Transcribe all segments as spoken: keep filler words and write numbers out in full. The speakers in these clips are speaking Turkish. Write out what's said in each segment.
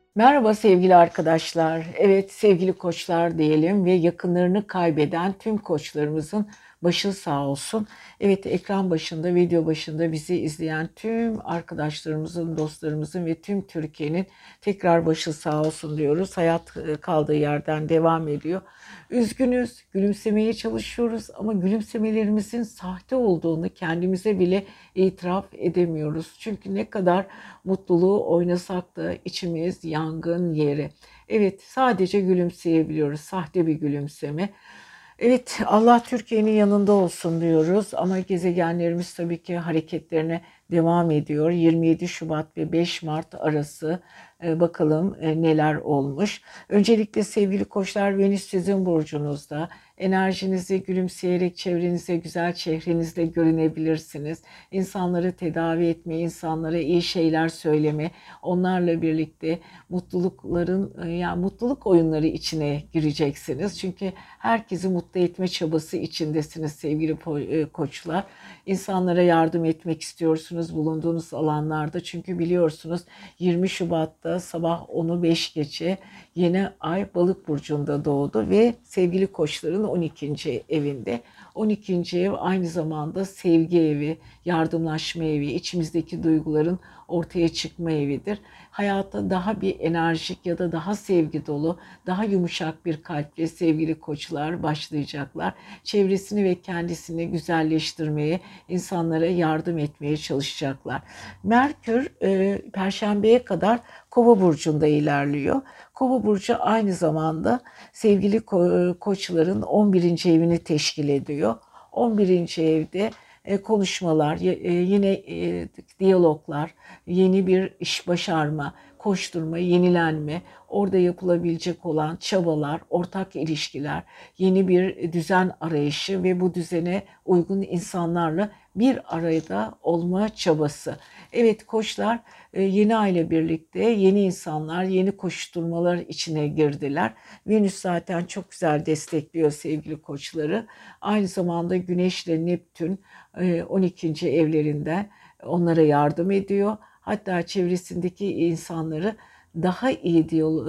Merhaba sevgili arkadaşlar. Evet sevgili koçlar diyelim ve yakınlarını kaybeden tüm koçlarımızın başı sağ olsun. Evet ekran başında, video başında bizi izleyen tüm arkadaşlarımızın, dostlarımızın ve tüm Türkiye'nin tekrar başı sağ olsun diyoruz. Hayat e, kaldığı yerden devam ediyor. Üzgünüz, gülümsemeye çalışıyoruz ama gülümsemelerimizin sahte olduğunu kendimize bile itiraf edemiyoruz. Çünkü ne kadar mutluluğu oynasak da içimiz yangın yeri. Evet, sadece gülümseyebiliyoruz. Sahte bir gülümseme. Evet, Allah Türkiye'nin yanında olsun diyoruz ama gezegenlerimiz tabii ki hareketlerine devam ediyor. yirmi yedi Şubat ve beş Mart arası e, bakalım e, neler olmuş. Öncelikle sevgili koçlar, Venüs sizin burcunuzda. Enerjinizi gülümseyerek çevrenize, güzel çehrenizle görünebilirsiniz. İnsanları tedavi etme, insanlara iyi şeyler söyleme, onlarla birlikte mutlulukların, yani mutluluk oyunları içine gireceksiniz. Çünkü herkesi mutlu etme çabası içindesiniz sevgili koçlar. İnsanlara yardım etmek istiyorsunuz bulunduğunuz alanlarda. Çünkü biliyorsunuz yirmi Şubat'ta sabah onu beş geçe yeni ay Balık burcunda doğdu ve sevgili koçların on ikinci evinde. on ikinci ev aynı zamanda sevgi evi, yardımlaşma evi, içimizdeki duyguların ortaya çıkma evidir. Hayata daha bir enerjik ya da daha sevgi dolu, daha yumuşak bir kalple sevgili koçlar başlayacaklar. Çevresini ve kendisini güzelleştirmeye, insanlara yardım etmeye çalışacaklar. Merkür e, Perşembeye kadar Kova burcunda ilerliyor. Kova burcu aynı zamanda sevgili ko- koçların on birinci evini teşkil ediyor. on birinci evde e, konuşmalar, e, yine e, diyaloglar, yeni bir iş başarma, koşturma, yenilenme, orada yapılabilecek olan çabalar, ortak ilişkiler, yeni bir düzen arayışı ve bu düzene uygun insanlarla bir arada olma çabası. Evet koçlar yeni aile birlikte yeni insanlar, yeni koşturmalar içine girdiler. Venüs zaten çok güzel destekliyor sevgili koçları. Aynı zamanda Güneş ile Neptün on ikinci evlerinden onlara yardım ediyor. Hatta çevresindeki insanları daha iyi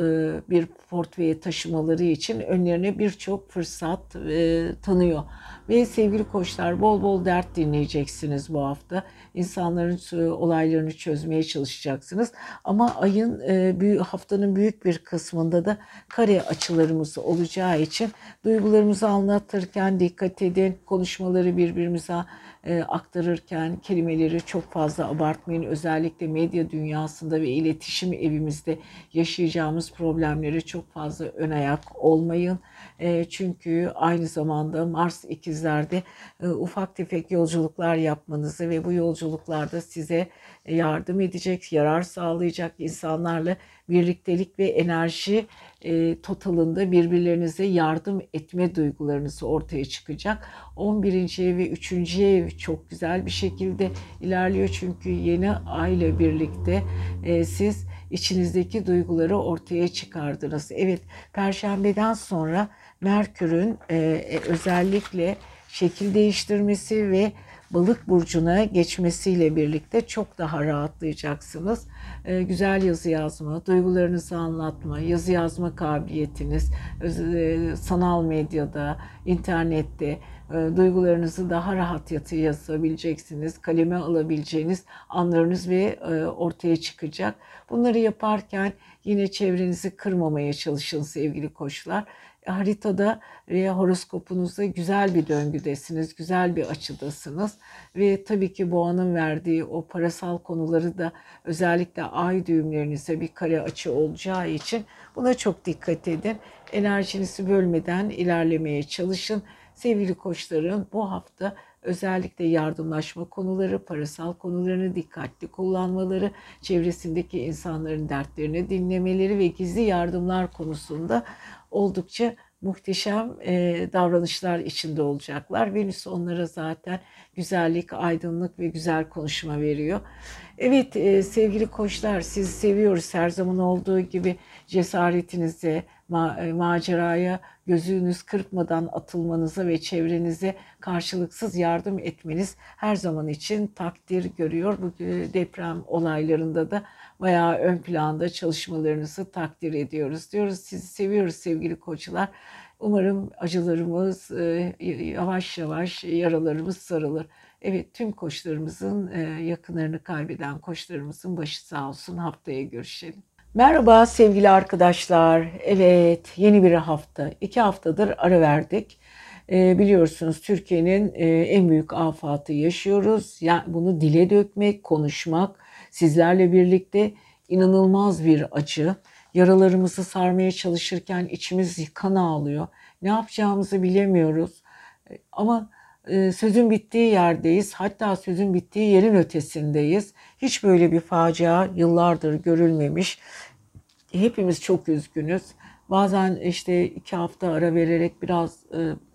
bir portföye taşımaları için önlerine birçok fırsat tanıyor. Ve sevgili koçlar bol bol dert dinleyeceksiniz bu hafta. İnsanların olaylarını çözmeye çalışacaksınız. Ama ayın haftanın büyük bir kısmında da kare açılarımız olacağı için duygularımızı anlatırken dikkat edin. Konuşmaları birbirimize aktarırken kelimeleri çok fazla abartmayın. Özellikle medya dünyasında ve iletişim evimizde yaşayacağımız problemlere çok fazla ön ayak olmayın. Çünkü aynı zamanda Mars ikizlerde ufak tefek yolculuklar yapmanızı ve bu yolculuklarda size yardım edecek, yarar sağlayacak insanlarla birliktelik ve enerji e, totalında birbirlerinize yardım etme duygularınız ortaya çıkacak. on birinci ev ve üçüncü ev çok güzel bir şekilde ilerliyor. Çünkü yeni ay ile birlikte e, siz içinizdeki duyguları ortaya çıkardınız. Evet, Perşembeden sonra Merkür'ün e, özellikle şekil değiştirmesi ve Balık burcuna geçmesiyle birlikte çok daha rahatlayacaksınız. Ee, güzel yazı yazma, duygularınızı anlatma, yazı yazma kabiliyetiniz, e, sanal medyada, internette e, duygularınızı daha rahat yazabileceksiniz. Kaleme alabileceğiniz anlarınız ve e, ortaya çıkacak. Bunları yaparken yine çevrenizi kırmamaya çalışın sevgili koçlar. Haritada ve horoskopunuzda güzel bir döngüdesiniz, güzel bir açıdasınız ve tabii ki boğanın verdiği o parasal konuları da özellikle ay düğümlerinize bir kare açı olacağı için buna çok dikkat edin. Enerjinizi bölmeden ilerlemeye çalışın. Sevgili koçların bu hafta özellikle yardımlaşma konuları, parasal konularını dikkatli kullanmaları, çevresindeki insanların dertlerini dinlemeleri ve gizli yardımlar konusunda oldukça muhteşem e, davranışlar içinde olacaklar. Venüs onlara zaten güzellik, aydınlık ve güzel konuşma veriyor. Evet e, sevgili koçlar sizi seviyoruz her zaman olduğu gibi cesaretinize, ma e, maceraya gözünüz kırpmadan atılmanıza ve çevrenize karşılıksız yardım etmeniz her zaman için takdir görüyor. Bu deprem olaylarında da bayağı ön planda çalışmalarınızı takdir ediyoruz diyoruz. Sizi seviyoruz sevgili koçlar. Umarım acılarımız e, yavaş yavaş, yaralarımız sarılır. Evet, tüm koçlarımızın, e, yakınlarını kaybeden koçlarımızın başı sağ olsun. Haftaya görüşelim. Merhaba sevgili arkadaşlar. Evet, yeni bir hafta. İki haftadır ara verdik. E, biliyorsunuz Türkiye'nin e, en büyük afatı yaşıyoruz. Yani bunu dile dökmek, konuşmak, sizlerle birlikte inanılmaz bir acı. Yaralarımızı sarmaya çalışırken içimiz kan ağlıyor. Ne yapacağımızı bilemiyoruz. Ama e, sözün bittiği yerdeyiz. Hatta sözün bittiği yerin ötesindeyiz. Hiç böyle bir facia yıllardır görülmemiş. Hepimiz çok üzgünüz. Bazen işte iki hafta ara vererek biraz e,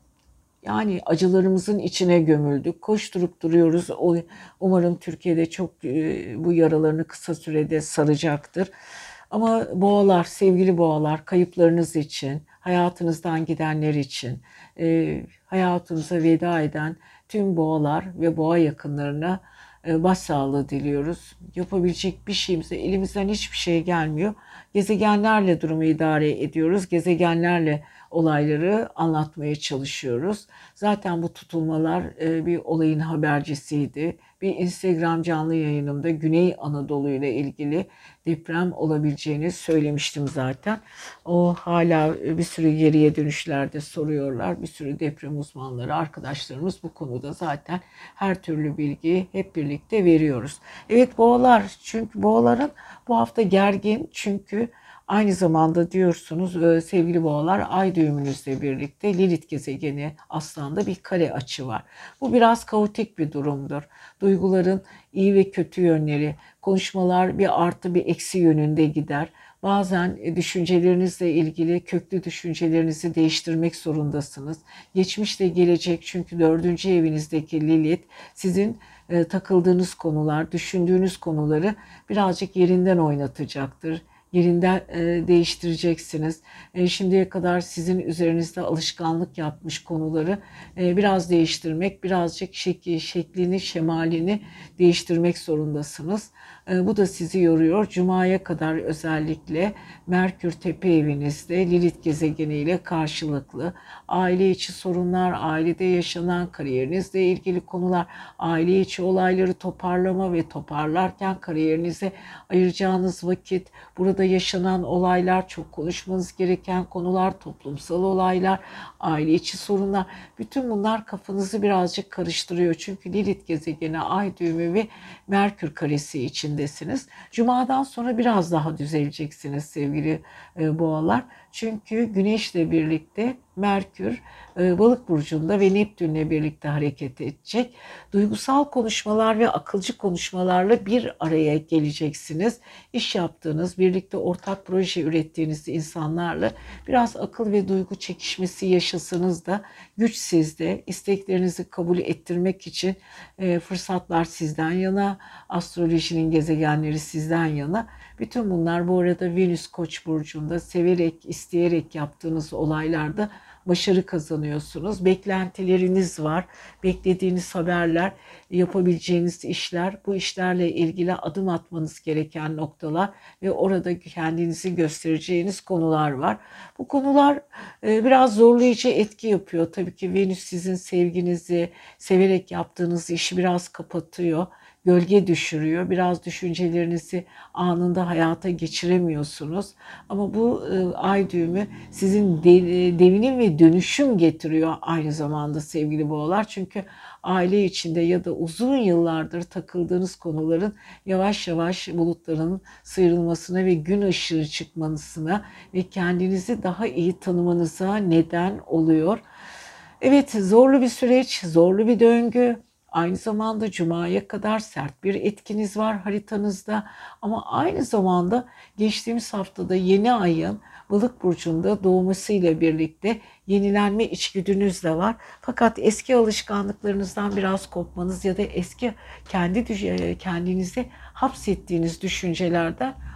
yani acılarımızın içine gömüldük. Koşturup duruyoruz. O, umarım Türkiye'de çok e, bu yaralarını kısa sürede saracaktır. Ama boğalar, sevgili boğalar, kayıplarınız için, hayatınızdan gidenler için, e, hayatınıza veda eden tüm boğalar ve boğa yakınlarına e, başsağlığı diliyoruz. Yapabilecek bir şeyimize, elimizden hiçbir şey gelmiyor. Gezegenlerle durumu idare ediyoruz. Gezegenlerle olayları anlatmaya çalışıyoruz. Zaten bu tutulmalar e, bir olayın habercisiydi. Bir Instagram canlı yayınımda Güney Anadolu ile ilgili deprem olabileceğini söylemiştim zaten. O hala bir sürü geriye dönüşlerde soruyorlar. Bir sürü deprem uzmanları, arkadaşlarımız bu konuda zaten her türlü bilgiyi hep birlikte veriyoruz. Evet boğalar, çünkü boğaların bu hafta gergin, çünkü aynı zamanda diyorsunuz sevgili boğalar, ay düğümünüzle birlikte Lilith gezegeni Aslan'da bir kare açı var. Bu biraz kaotik bir durumdur. Duyguların iyi ve kötü yönleri, konuşmalar bir artı bir eksi yönünde gider. Bazen düşüncelerinizle ilgili köklü düşüncelerinizi değiştirmek zorundasınız. Geçmişle gelecek, çünkü dördüncü evinizdeki Lilith sizin e, takıldığınız konular, düşündüğünüz konuları birazcık yerinden oynatacaktır. Yerinden e, değiştireceksiniz. E, şimdiye kadar sizin üzerinizde alışkanlık yapmış konuları e, biraz değiştirmek, birazcık şekli, şeklini, şemalini değiştirmek zorundasınız. E, bu da sizi yoruyor. Cuma'ya kadar özellikle Merkür tepe evinizde Lilith gezegeniyle karşılıklı aile içi sorunlar, ailede yaşanan kariyerinizle ilgili konular, aile içi olayları toparlama ve toparlarken kariyerinize ayıracağınız vakit, burada yaşanan olaylar, çok konuşmanız gereken konular, toplumsal olaylar, aile içi sorunlar, bütün bunlar kafanızı birazcık karıştırıyor. Çünkü Lilith gezegeni, ay düğümü ve Merkür karesi içindesiniz. Cuma'dan sonra biraz daha düzeleceksiniz sevgili boğalar. Çünkü Güneş'le birlikte Merkür Balık burcunda ve Neptün'le birlikte hareket edecek. Duygusal konuşmalar ve akılcı konuşmalarla bir araya geleceksiniz. İş yaptığınız, birlikte ortak proje ürettiğiniz insanlarla biraz akıl ve duygu çekişmesi yaşasanız da güç sizde. İsteklerinizi kabul ettirmek için fırsatlar sizden yana, astrolojinin gezegenleri sizden yana. Bütün bunlar bu arada Venüs Koç burcunda, severek, isteyerek yaptığınız olaylarda başarı kazanıyorsunuz. Beklentileriniz var. Beklediğiniz haberler, yapabileceğiniz işler, bu işlerle ilgili adım atmanız gereken noktalar ve orada kendinizi göstereceğiniz konular var. Bu konular biraz zorlayıcı etki yapıyor. Tabii ki Venüs sizin sevginizi, severek yaptığınız işi biraz kapatıyor. Gölge düşürüyor. Biraz düşüncelerinizi anında hayata geçiremiyorsunuz. Ama bu e, ay düğümü sizin de, e, devinim ve dönüşüm getiriyor aynı zamanda sevgili boğalar. Çünkü aile içinde ya da uzun yıllardır takıldığınız konuların yavaş yavaş bulutların sıyrılmasına ve gün ışığı çıkmasına ve kendinizi daha iyi tanımanıza neden oluyor. Evet, zorlu bir süreç, zorlu bir döngü. Aynı zamanda Cuma'ya kadar sert bir etkiniz var haritanızda. Ama aynı zamanda geçtiğimiz haftada yeni ayın Balık burcunda doğmasıyla birlikte yenilenme içgüdünüz de var. Fakat eski alışkanlıklarınızdan biraz kopmanız ya da eski kendi kendinizi hapsettiğiniz düşüncelerden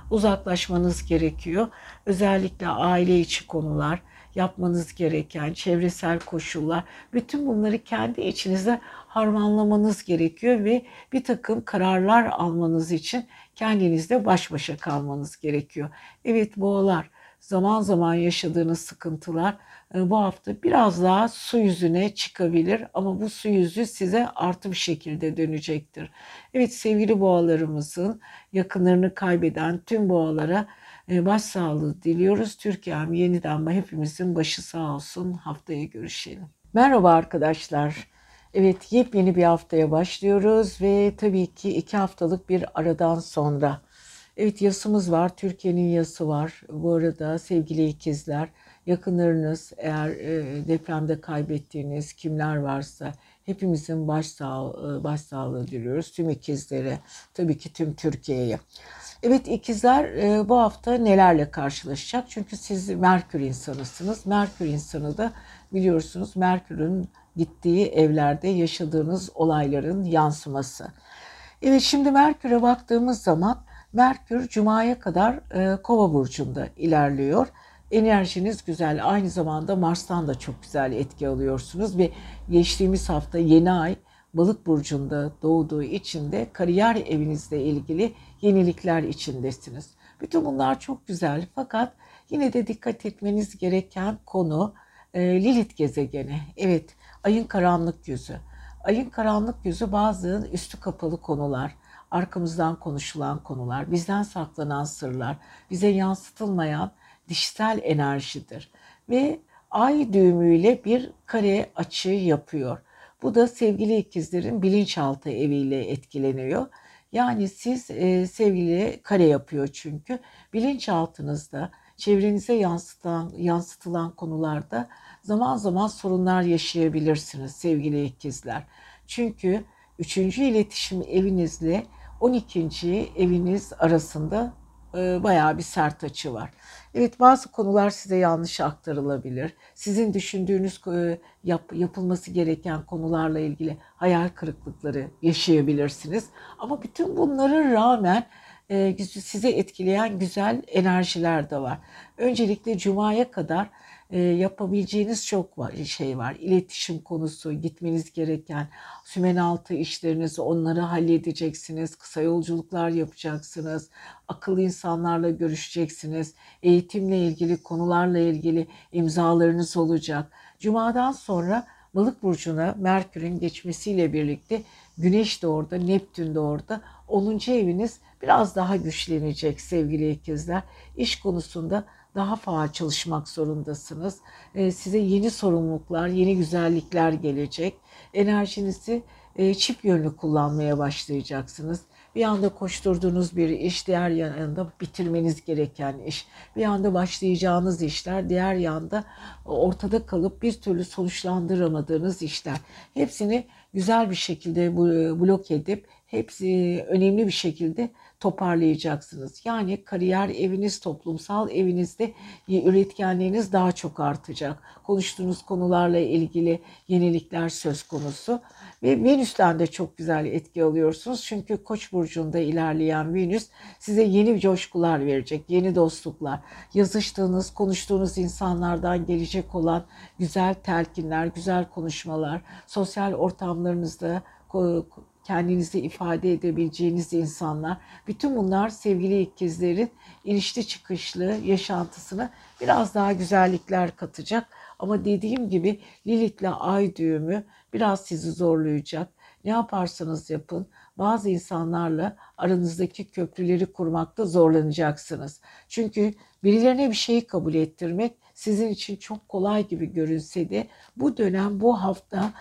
uzaklaşmanız gerekiyor. Özellikle aile içi konular, yapmanız gereken çevresel koşullar, bütün bunları kendi içinize harmanlamanız gerekiyor ve bir takım kararlar almanız için kendinizle baş başa kalmanız gerekiyor. Evet boğalar, zaman zaman yaşadığınız sıkıntılar bu hafta biraz daha su yüzüne çıkabilir ama bu su yüzü size artı bir şekilde dönecektir. Evet sevgili boğalarımızın yakınlarını kaybeden tüm boğalara başsağlığı diliyoruz. Türkiye'm yeniden hepimizin başı sağ olsun. Haftaya görüşelim. Merhaba arkadaşlar. Evet yepyeni bir haftaya başlıyoruz ve tabii ki iki haftalık bir aradan sonra. Evet yasımız var. Türkiye'nin yası var. Bu arada sevgili ikizler, yakınlarınız eğer depremde kaybettiğiniz kimler varsa hepimizin başsağlığı, başsağlığı diliyoruz. Tüm ikizlere, tabii ki tüm Türkiye'ye. Evet ikizler bu hafta nelerle karşılaşacak? Çünkü siz Merkür insanısınız. Merkür insanı da biliyorsunuz Merkür'ün gittiği evlerde yaşadığınız olayların yansıması. Evet şimdi Merkür'e baktığımız zaman Merkür Cuma'ya kadar Kova burcunda ilerliyor. Enerjiniz güzel. Aynı zamanda Mars'tan da çok güzel etki alıyorsunuz ve geçtiğimiz hafta yeni ay Balık burcunda doğduğu için de kariyer evinizle ilgili yenilikler içindesiniz. Bütün bunlar çok güzel fakat yine de dikkat etmeniz gereken konu e, Lilith gezegeni. Evet, ayın karanlık yüzü. Ayın karanlık yüzü bazı üstü kapalı konular, arkamızdan konuşulan konular, bizden saklanan sırlar, bize yansıtılmayan dişsel enerjidir. Ve ay düğümüyle bir kare açı yapıyor. Bu da sevgili ikizlerin bilinçaltı eviyle etkileniyor. Yani siz e, sevgili kare yapıyor çünkü bilinçaltınızda çevrenize yansıtan, yansıtılan konularda zaman zaman sorunlar yaşayabilirsiniz sevgili ikizler. Çünkü üçüncü iletişim evinizle on ikinci eviniz arasında e, bayağı bir sert açı var. Evet bazı konular size yanlış aktarılabilir. Sizin düşündüğünüz yap, yapılması gereken konularla ilgili hayal kırıklıkları yaşayabilirsiniz. Ama bütün bunlara rağmen e, sizi etkileyen güzel enerjiler de var. Öncelikle Cuma'ya kadar e, yapabileceğiniz çok var, şey var. İletişim konusu, gitmeniz gereken sümenaltı işlerinizi onları halledeceksiniz. Kısa yolculuklar yapacaksınız. Akıllı insanlarla görüşeceksiniz. Eğitimle ilgili konularla ilgili imzalarınız olacak. Cuma'dan sonra Balık burcuna Merkür'ün geçmesiyle birlikte Güneş de orada, Neptün de orada. onuncu eviniz biraz daha güçlenecek sevgili ikizler. İş konusunda daha faal çalışmak zorundasınız. Ee, size yeni sorumluluklar, yeni güzellikler gelecek. Enerjinizi e, çift yönlü kullanmaya başlayacaksınız. Bir anda koşturduğunuz bir iş, diğer yanında bitirmeniz gereken iş. Bir anda başlayacağınız işler, diğer yanda ortada kalıp bir türlü sonuçlandıramadığınız işler. Hepsini güzel bir şekilde blok edip hepsi önemli bir şekilde toparlayacaksınız. Yani kariyer eviniz, toplumsal evinizde üretkenliğiniz daha çok artacak. Konuştuğunuz konularla ilgili yenilikler söz konusu. Ve Venüs'ten de çok güzel etki alıyorsunuz. Çünkü Koç burcunda ilerleyen Venüs size yeni coşkular verecek, yeni dostluklar. Yazıştığınız, konuştuğunuz insanlardan gelecek olan güzel telkinler, güzel konuşmalar, sosyal ortamlarınızda kendinizi ifade edebileceğiniz insanlar. Bütün bunlar sevgili ikizlerin inişli çıkışlı yaşantısına biraz daha güzellikler katacak. Ama dediğim gibi Lilith'le ay düğümü biraz sizi zorlayacak. Ne yaparsanız yapın bazı insanlarla aranızdaki köprüleri kurmakta zorlanacaksınız. Çünkü birilerine bir şeyi kabul ettirmek sizin için çok kolay gibi görünse de bu dönem, bu hafta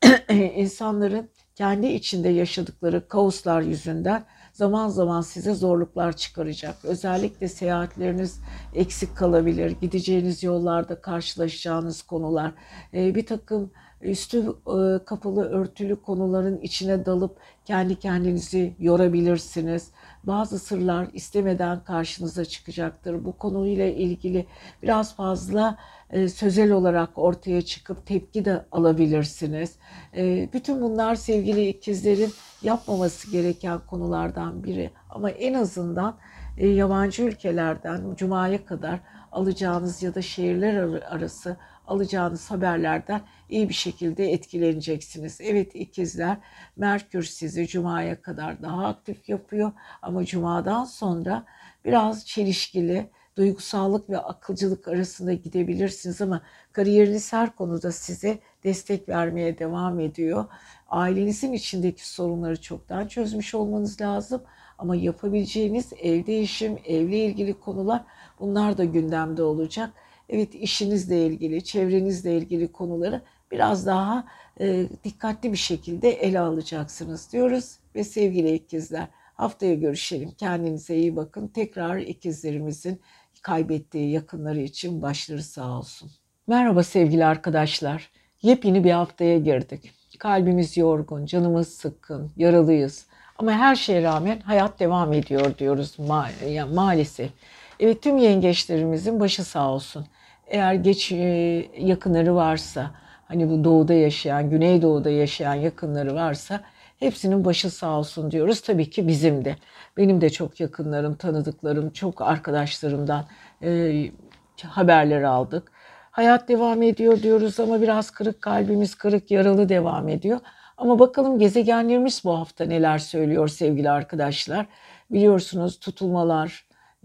insanların kendi içinde yaşadıkları kaoslar yüzünden zaman zaman size zorluklar çıkaracak. Özellikle seyahatleriniz eksik kalabilir. Gideceğiniz yollarda karşılaşacağınız konular, bir takım üstü e, kapalı örtülü konuların içine dalıp kendi kendinizi yorabilirsiniz. Bazı sırlar istemeden karşınıza çıkacaktır. Bu konuyla ilgili biraz fazla e, sözel olarak ortaya çıkıp tepki de alabilirsiniz. E, bütün bunlar sevgili ikizlerin yapmaması gereken konulardan biri. Ama en azından e, yabancı ülkelerden Cuma'ya kadar alacağınız ya da şehirler arası alacağınız haberlerden iyi bir şekilde etkileneceksiniz. Evet ikizler, Merkür sizi Cuma'ya kadar daha aktif yapıyor ama Cuma'dan sonra biraz çelişkili, duygusallık ve akılcılık arasında gidebilirsiniz ama kariyeriniz her konuda size destek vermeye devam ediyor. Ailenizin içindeki sorunları çoktan çözmüş olmanız lazım ama yapabileceğiniz ev değişim, evle ilgili konular, bunlar da gündemde olacak. Evet, işinizle ilgili, çevrenizle ilgili konuları biraz daha e, dikkatli bir şekilde ele alacaksınız diyoruz. Ve sevgili ikizler, haftaya görüşelim. Kendinize iyi bakın. Tekrar ikizlerimizin kaybettiği yakınları için başları sağ olsun. Merhaba sevgili arkadaşlar. Yepyeni bir haftaya girdik. Kalbimiz yorgun, canımız sıkkın, yaralıyız. Ama her şeye rağmen hayat devam ediyor diyoruz ma yani maalesef. Evet, tüm yengeçlerimizin başı sağ olsun. Eğer geç yakınları varsa, hani bu doğuda yaşayan, güneydoğuda yaşayan yakınları varsa hepsinin başı sağ olsun diyoruz. Tabii ki bizim de. Benim de çok yakınlarım, tanıdıklarım, çok arkadaşlarımdan e, haberleri aldık. Hayat devam ediyor diyoruz ama biraz kırık kalbimiz, kırık yaralı devam ediyor. Ama bakalım gezegenlerimiz bu hafta neler söylüyor sevgili arkadaşlar. Biliyorsunuz tutulmalar,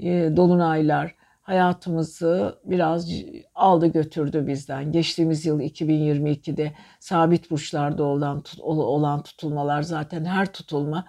dolunaylar hayatımızı biraz aldı götürdü bizden. Geçtiğimiz yıl iki bin yirmi ikide sabit burçlarda olan, olan tutulmalar, zaten her tutulma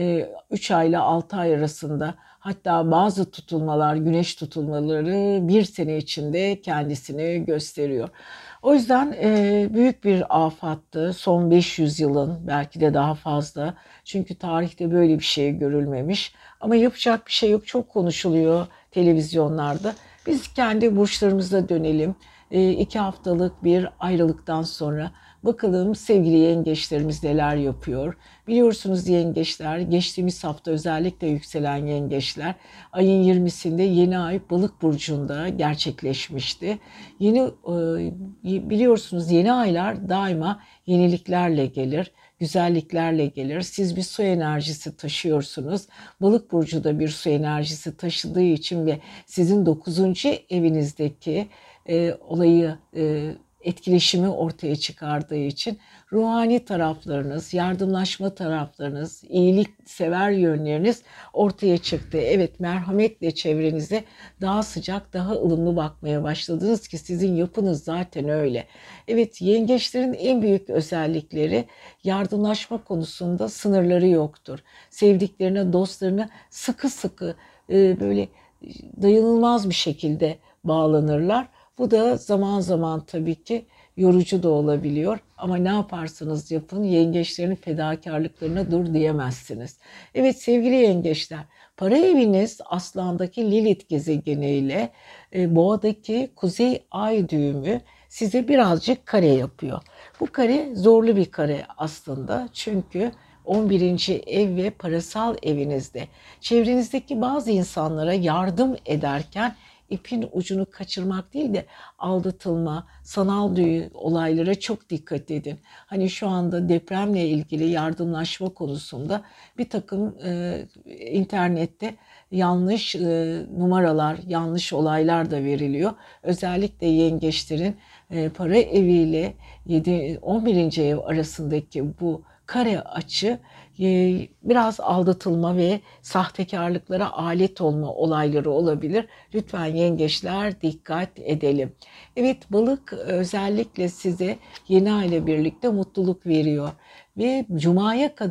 üç ay ile altı ay arasında, hatta bazı tutulmalar, güneş tutulmaları bir sene içinde kendisini gösteriyor. O yüzden e, büyük bir afattı son beş yüz yılın, belki de daha fazla. Çünkü tarihte böyle bir şey görülmemiş. Ama yapacak bir şey yok, çok konuşuluyor televizyonlarda. Biz kendi burçlarımıza dönelim. E, iki haftalık bir ayrılıktan sonra bakalım sevgili yengeçlerimiz neler yapıyor. Biliyorsunuz yengeçler, geçtiğimiz hafta özellikle yükselen yengeçler ayın yirmisinde yeni ay Balık burcunda gerçekleşmişti. Yeni e, biliyorsunuz yeni aylar daima yeniliklerle gelir, güzelliklerle gelir. Siz bir su enerjisi taşıyorsunuz. Balık burcu da bir su enerjisi taşıdığı için ve sizin dokuzuncu evinizdeki e, olayı e, etkileşimi ortaya çıkardığı için ruhani taraflarınız, yardımlaşma taraflarınız, iyilik sever yönleriniz ortaya çıktı. Evet, merhametle çevrenize daha sıcak, daha ılımlı bakmaya başladınız ki sizin yapınız zaten öyle. Evet, yengeçlerin en büyük özellikleri yardımlaşma konusunda sınırları yoktur. Sevdiklerine, dostlarına sıkı sıkı böyle dayanılmaz bir şekilde bağlanırlar. Bu da zaman zaman tabii ki yorucu da olabiliyor. Ama ne yaparsanız yapın yengeçlerin fedakarlıklarına dur diyemezsiniz. Evet sevgili yengeçler, para eviniz Aslan'daki Lilith gezegeniyle e, Boğa'daki Kuzey Ay düğümü size birazcık kare yapıyor. Bu kare zorlu bir kare aslında, çünkü on birinci ev ve parasal evinizde çevrenizdeki bazı insanlara yardım ederken ipin ucunu kaçırmak değil de aldatılma, sanal düğün olaylara çok dikkat edin. Hani şu anda depremle ilgili yardımlaşma konusunda bir takım e, internette yanlış e, numaralar, yanlış olaylar da veriliyor. Özellikle yengeçlerin e, para eviyle on birinci ev arasındaki bu kare açı biraz aldatılma ve sahtekarlıklara alet olma olayları olabilir. Lütfen yengeçler dikkat edelim. Evet, balık özellikle size yeni ay ile birlikte mutluluk veriyor ve Cuma'ya kadar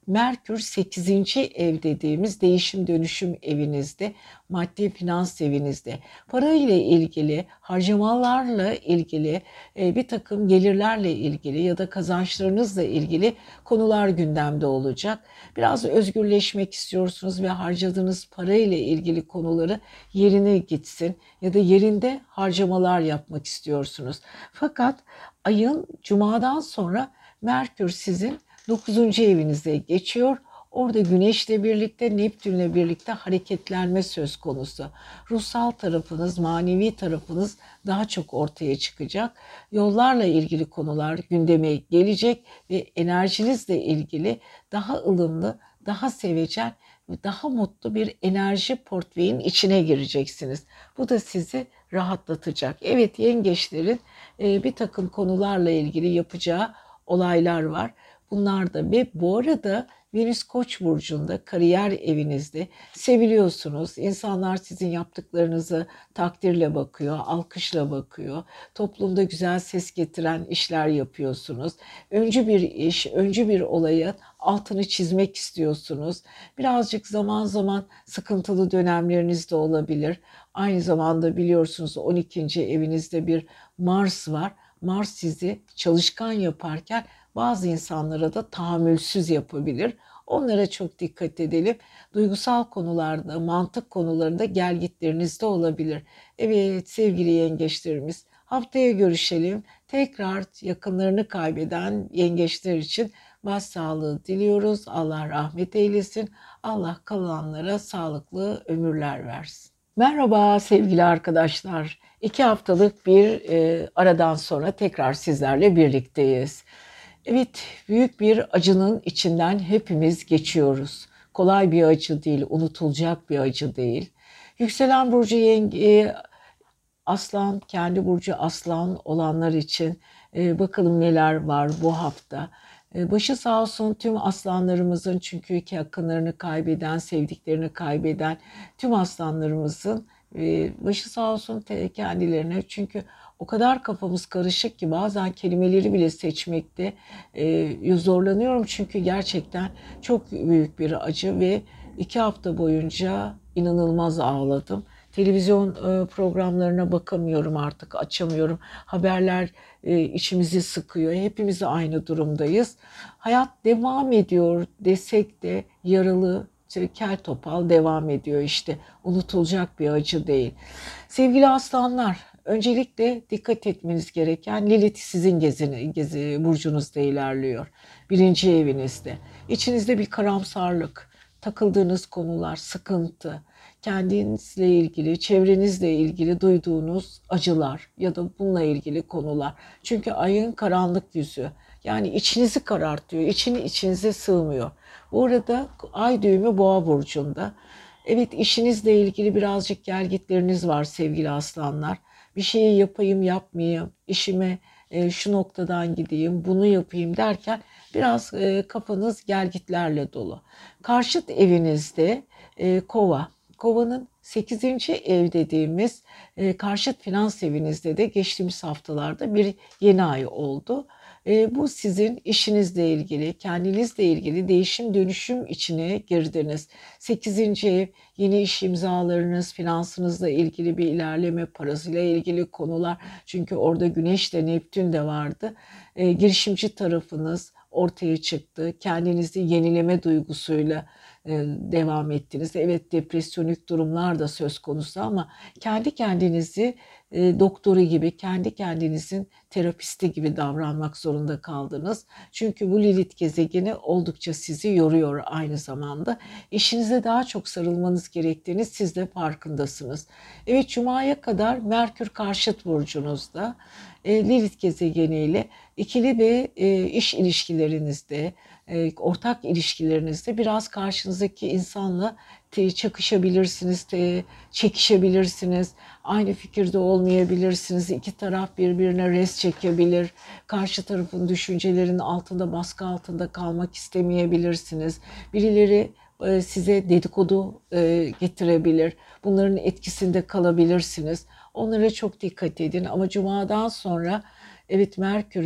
Merkür sekizinci ev dediğimiz değişim dönüşüm evinizde, maddi finans evinizde. Para ile ilgili, harcamalarla ilgili, e, bir takım gelirlerle ilgili ya da kazançlarınızla ilgili konular gündemde olacak. Biraz özgürleşmek istiyorsunuz ve harcadığınız para ile ilgili konuları yerine gitsin ya da yerinde harcamalar yapmak istiyorsunuz. Fakat ayın cumadan sonra Merkür sizin dokuzuncu evinize geçiyor. Orada Güneş'le birlikte, Neptün'le birlikte hareketlenme söz konusu. Ruhsal tarafınız, manevi tarafınız daha çok ortaya çıkacak. Yollarla ilgili konular gündeme gelecek ve enerjinizle ilgili daha ılımlı, daha sevecen ve daha mutlu bir enerji portföyün içine gireceksiniz. Bu da sizi rahatlatacak. Evet, yengeçlerin e, bir takım konularla ilgili yapacağı olaylar var. Bunlar da ve bu arada Venüs Koç burcunda, kariyer evinizde seviliyorsunuz. İnsanlar sizin yaptıklarınızı takdirle bakıyor, alkışla bakıyor. Toplumda güzel ses getiren işler yapıyorsunuz. Öncü bir iş, öncü bir olaya altını çizmek istiyorsunuz. Birazcık zaman zaman sıkıntılı dönemleriniz de olabilir. Aynı zamanda biliyorsunuz on ikinci evinizde bir Mars var. Mars sizi çalışkan yaparken bazı insanlara da tahammülsüz yapabilir. Onlara çok dikkat edelim. Duygusal konularda, mantık konularında gelgitleriniz de olabilir. Evet sevgili yengeçlerimiz, haftaya görüşelim. Tekrar yakınlarını kaybeden yengeçler için başsağlığı diliyoruz. Allah rahmet eylesin. Allah kalanlara sağlıklı ömürler versin. Merhaba sevgili arkadaşlar. İki haftalık bir e, aradan sonra tekrar sizlerle birlikteyiz. Evet, büyük bir acının içinden hepimiz geçiyoruz. Kolay bir acı değil, unutulacak bir acı değil. Yükselen burcu yenge, Aslan, kendi burcu Aslan olanlar için e, bakalım neler var bu hafta. E, başı sağ olsun tüm aslanlarımızın, çünkü yakınlarını kaybeden, sevdiklerini kaybeden tüm aslanlarımızın e, başı sağ olsun kendilerine. Çünkü o kadar kafamız karışık ki bazen kelimeleri bile seçmekte e, zorlanıyorum. Çünkü gerçekten çok büyük bir acı ve iki hafta boyunca inanılmaz ağladım. Televizyon e, programlarına bakamıyorum artık, açamıyorum. Haberler e, içimizi sıkıyor. Hepimiz aynı durumdayız. Hayat devam ediyor desek de yaralı, kel topal devam ediyor işte. Unutulacak bir acı değil. Sevgili aslanlar, öncelikle dikkat etmeniz gereken Lilith sizin gezini, gezi burcunuzda ilerliyor. Birinci evinizde. İçinizde bir karamsarlık, takıldığınız konular, sıkıntı, kendinizle ilgili, çevrenizle ilgili duyduğunuz acılar ya da bununla ilgili konular. Çünkü ayın karanlık yüzü, yani içinizi karartıyor, içini içinize sığmıyor. Bu arada ay düğümü Boğa burcunda. Evet, işinizle ilgili birazcık gelgitleriniz var sevgili aslanlar. Bir şeyi yapayım yapmayayım, işime e, şu noktadan gideyim, bunu yapayım derken biraz e, kafanız gelgitlerle dolu. Karşıt evinizde e, Kova. Kovanın sekizinci ev dediğimiz e, karşıt finans evinizde de geçtiğimiz haftalarda bir yeni ay oldu. E, bu sizin işinizle ilgili, kendinizle ilgili değişim dönüşüm içine girdiniz. sekizinci ev yeni iş imzalarınız, finansınızla ilgili bir ilerleme, parasıyla ilgili konular. Çünkü orada Güneş de Neptün de vardı. E, girişimci tarafınız ortaya çıktı. Kendinizi yenileme duygusuyla e, devam ettiniz. Evet, depresyonik durumlar da söz konusu ama kendi kendinizi e, doktoru gibi, kendi kendinizin terapisti gibi davranmak zorunda kaldınız. Çünkü bu Lilith gezegeni oldukça sizi yoruyor aynı zamanda. İşinize daha çok sarılmanız gerektiğini siz de farkındasınız. Evet, Cuma'ya kadar Merkür karşıt burcunuzda. E, Lilith gezegeniyle ikili ve e, iş ilişkilerinizde, e, ortak ilişkilerinizde biraz karşınızdaki insanla te, çakışabilirsiniz, te, çekişebilirsiniz. Aynı fikirde olmayabilirsiniz. İki taraf birbirine res çekebilir. Karşı tarafın düşüncelerinin altında, baskı altında kalmak istemeyebilirsiniz. Birileri e, size dedikodu e, getirebilir. Bunların etkisinde kalabilirsiniz. Onlara çok dikkat edin. Ama Cuma'dan sonra evet, Merkür'ün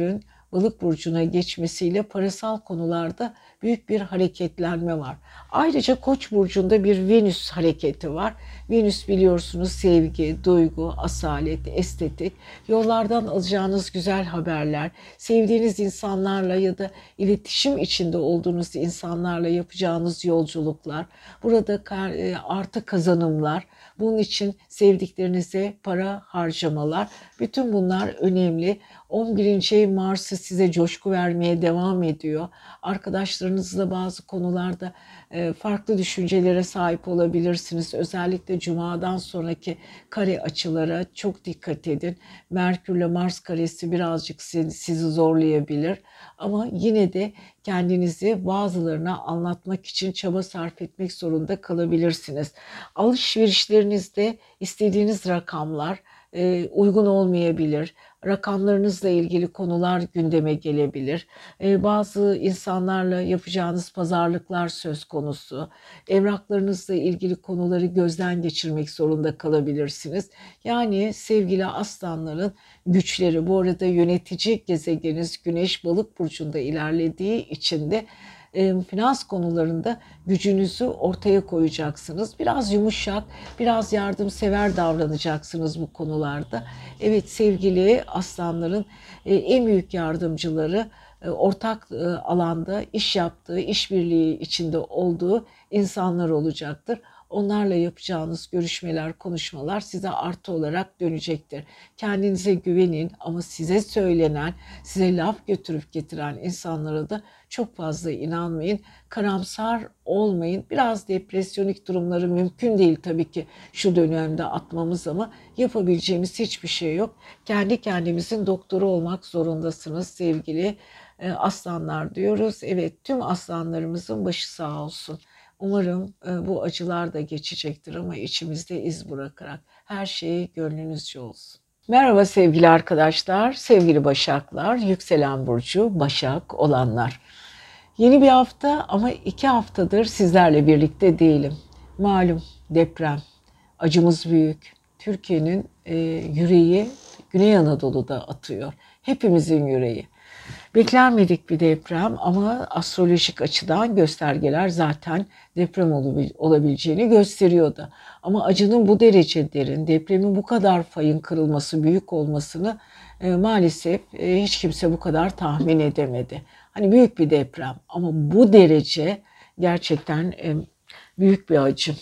Balık burcuna geçmesiyle parasal konularda büyük bir hareketlenme var. Ayrıca Koç burcunda bir Venüs hareketi var. Venüs biliyorsunuz sevgi, duygu, asalet, estetik, yollardan alacağınız güzel haberler, sevdiğiniz insanlarla ya da iletişim içinde olduğunuz insanlarla yapacağınız yolculuklar, burada artı kazanımlar, bunun için sevdiklerinize para harcamalar, bütün bunlar önemli. on birinci ev Mars'ı size coşku vermeye devam ediyor. Arkadaşlarınızla bazı konularda farklı düşüncelere sahip olabilirsiniz. Özellikle Cuma'dan sonraki kare açılara çok dikkat edin. Merkürle Mars karesi birazcık sizi zorlayabilir. Ama yine de kendinizi bazılarına anlatmak için çaba sarf etmek zorunda kalabilirsiniz. Alışverişlerinizde istediğiniz rakamlar e, uygun olmayabilir. Rakamlarınızla ilgili konular gündeme gelebilir. E, bazı insanlarla yapacağınız pazarlıklar söz konusu. Evraklarınızla ilgili konuları gözden geçirmek zorunda kalabilirsiniz. Yani sevgili aslanların güçleri, bu arada yönetici gezegeniniz Güneş Balık burcunda ilerlediği için de e, finans konularında gücünüzü ortaya koyacaksınız. Biraz yumuşak, biraz yardımsever davranacaksınız bu konularda. Evet sevgili aslanların e, en büyük yardımcıları e, ortak e, alanda iş yaptığı, işbirliği içinde olduğu insanlar olacaktır. Onlarla yapacağınız görüşmeler, konuşmalar size artı olarak dönecektir. Kendinize güvenin ama size söylenen, size laf götürüp getiren insanlara da çok fazla inanmayın. Karamsar olmayın. Biraz depresyonik durumları mümkün değil tabii ki şu dönemde atmamız ama yapabileceğimiz hiçbir şey yok. Kendi kendimizin doktoru olmak zorundasınız sevgili aslanlar diyoruz. Evet, tüm aslanlarımızın başı sağ olsun. Umarım bu acılar da geçecektir ama içimizde iz bırakarak her şey gönlünüzce olsun. Merhaba sevgili arkadaşlar, sevgili Başaklar, yükselen burcu Başak olanlar. Yeni bir hafta ama iki haftadır sizlerle birlikte değilim. Malum deprem, acımız büyük. Türkiye'nin e, yüreği Güney Anadolu'da atıyor. Hepimizin yüreği. Beklenmedik bir deprem ama astrolojik açıdan göstergeler zaten deprem olabileceğini gösteriyordu. Ama acının bu derece derin, depremin bu kadar fayın kırılması, büyük olmasını e, maalesef e, hiç kimse bu kadar tahmin edemedi. Hani büyük bir deprem ama bu derece gerçekten e, büyük bir acı.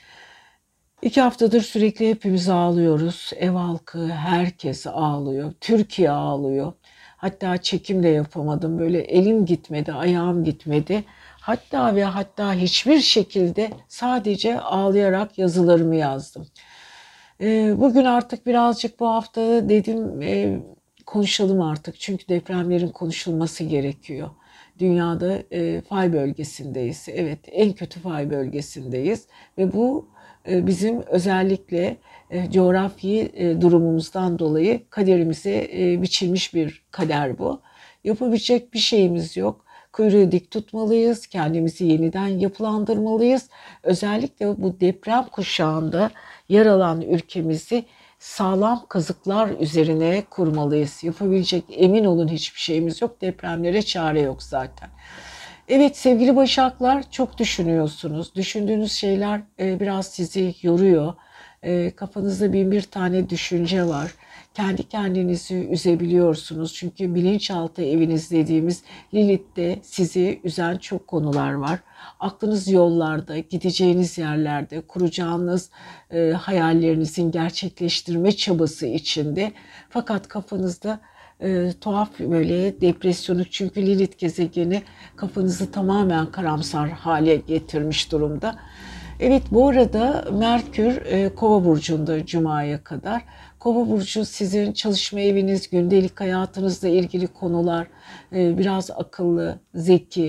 İki haftadır sürekli hepimiz ağlıyoruz. Ev halkı, herkes ağlıyor. Türkiye ağlıyor. Hatta çekim de yapamadım. Böyle elim gitmedi, ayağım gitmedi. Hatta ve hatta hiçbir şekilde sadece ağlayarak yazılarımı yazdım. Bugün artık birazcık bu hafta dedim konuşalım artık. Çünkü depremlerin konuşulması gerekiyor. Dünyada fay bölgesindeyiz. Evet, en kötü fay bölgesindeyiz. Ve bu bizim özellikle coğrafi durumumuzdan dolayı kaderimize biçilmiş bir kader bu. Yapabilecek bir şeyimiz yok. Kuyruğu dik tutmalıyız, kendimizi yeniden yapılandırmalıyız. Özellikle bu deprem kuşağında yer alan ülkemizi sağlam kazıklar üzerine kurmalıyız. Yapabilecek emin olun hiçbir şeyimiz yok. Depremlere çare yok zaten. Evet sevgili Başaklar çok düşünüyorsunuz. Düşündüğünüz şeyler biraz sizi yoruyor. Kafanızda bin bir tane düşünce var. Kendi kendinizi üzebiliyorsunuz. Çünkü bilinçaltı eviniz dediğimiz Lilith'te sizi üzen çok konular var. Aklınız yollarda, gideceğiniz yerlerde, kuracağınız e, hayallerinizin gerçekleştirme çabası içinde. Fakat kafanızda e, tuhaf böyle depresyonuk çünkü Lilith gezegeni kafanızı tamamen karamsar hale getirmiş durumda. Evet bu arada Merkür e, Kova burcunda Cuma'ya kadar. Kova burcu sizin çalışma eviniz, gündelik hayatınızla ilgili konular, e, biraz akıllı, zeki,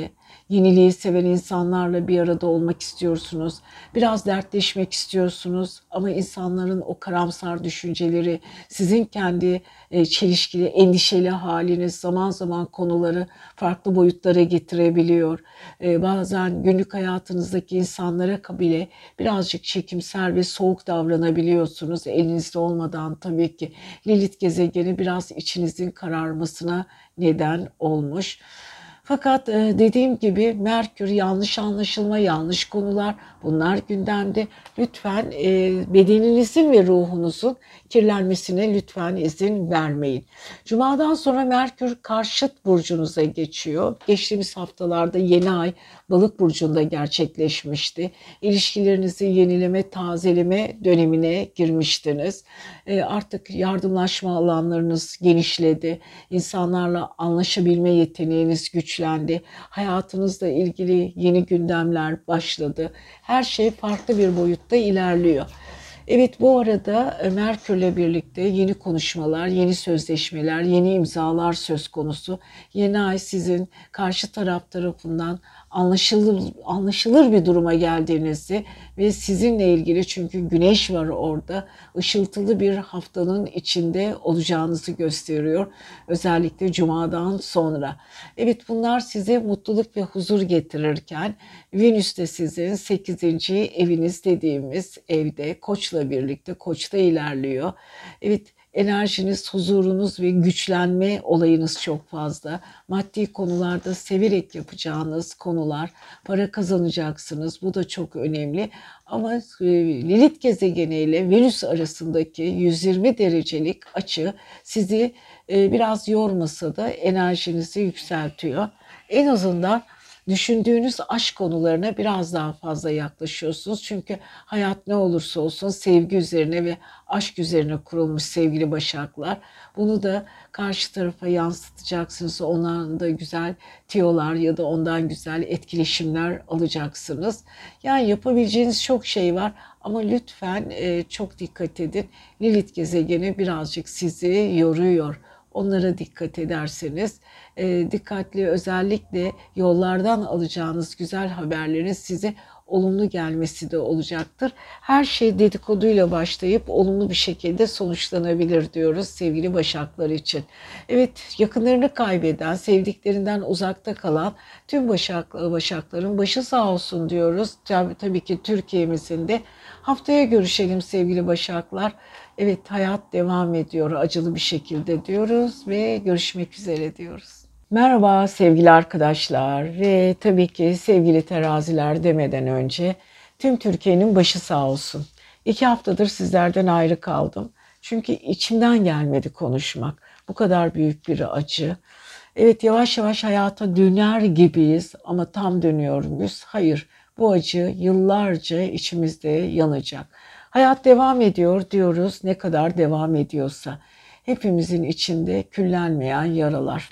yeniliği seven insanlarla bir arada olmak istiyorsunuz. Biraz dertleşmek istiyorsunuz ama insanların o karamsar düşünceleri, sizin kendi e, çelişkili, endişeli haliniz zaman zaman konuları farklı boyutlara getirebiliyor. E, bazen günlük hayatınızdaki insanlara bile birazcık çekimser ve soğuk davranabiliyorsunuz. Elinizde olmadan tabii ki Lilith gezegeni biraz içinizin kararmasına neden olmuş. Fakat dediğim gibi Merkür, yanlış anlaşılma, yanlış konular, bunlar gündemde. Lütfen bedeninizin ve ruhunuzun kirlenmesine lütfen izin vermeyin. Cuma'dan sonra Merkür karşıt burcunuza geçiyor. Geçtiğimiz haftalarda yeni ay Balık burcunda gerçekleşmişti. İlişkilerinizi yenileme, tazeleme dönemine girmiştiniz. Artık yardımlaşma alanlarınız genişledi. İnsanlarla anlaşabilme yeteneğiniz güçlendi. Hayatınızla ilgili yeni gündemler başladı. Her şey farklı bir boyutta ilerliyor. Evet, bu arada Merkür'le birlikte yeni konuşmalar, yeni sözleşmeler, yeni imzalar söz konusu. Yeni ay sizin karşı taraf tarafından anlaşılır, anlaşılır bir duruma geldiğinizi ve sizinle ilgili, çünkü güneş var orada, ışıltılı bir haftanın içinde olacağınızı gösteriyor. Özellikle Cuma'dan sonra. Evet, bunlar size mutluluk ve huzur getirirken Venüs de sizin sekizinci eviniz dediğimiz evde Koç'la birlikte Koç'ta ilerliyor. Evet, enerjiniz, huzurunuz ve güçlenme olayınız çok fazla. Maddi konularda severek yapacağınız konular, para kazanacaksınız. Bu da çok önemli. Ama Lilith gezegeni ile Venüs arasındaki yüz yirmi derecelik açı sizi biraz yormasa da enerjinizi yükseltiyor. En azından düşündüğünüz aşk konularına biraz daha fazla yaklaşıyorsunuz. Çünkü hayat ne olursa olsun sevgi üzerine ve aşk üzerine kurulmuş sevgili Başaklar. Bunu da karşı tarafa yansıtacaksınız. Ondan da güzel tiyolar ya da ondan güzel etkileşimler alacaksınız. Yani yapabileceğiniz çok şey var. Ama lütfen çok dikkat edin. Lilith gezegeni birazcık sizi yoruyor. Onlara dikkat ederseniz, e, dikkatli, özellikle yollardan alacağınız güzel haberlerin size olumlu gelmesi de olacaktır. Her şey dedikoduyla başlayıp olumlu bir şekilde sonuçlanabilir diyoruz sevgili Başaklar için. Evet, yakınlarını kaybeden, sevdiklerinden uzakta kalan tüm Başak, Başakların başı sağ olsun diyoruz. Tabii, tabii ki Türkiye'mizin de. Haftaya görüşelim sevgili Başaklar. Evet, hayat devam ediyor acılı bir şekilde diyoruz ve görüşmek üzere diyoruz. Merhaba sevgili arkadaşlar ve tabii ki sevgili teraziler demeden önce tüm Türkiye'nin başı sağ olsun. İki haftadır sizlerden ayrı kaldım. Çünkü içimden gelmedi konuşmak. Bu kadar büyük bir acı. Evet, yavaş yavaş hayata döner gibiyiz ama tam dönüyor muyuz? Hayır, bu acı yıllarca içimizde yanacak. Hayat devam ediyor diyoruz, ne kadar devam ediyorsa. Hepimizin içinde küllenmeyen yaralar.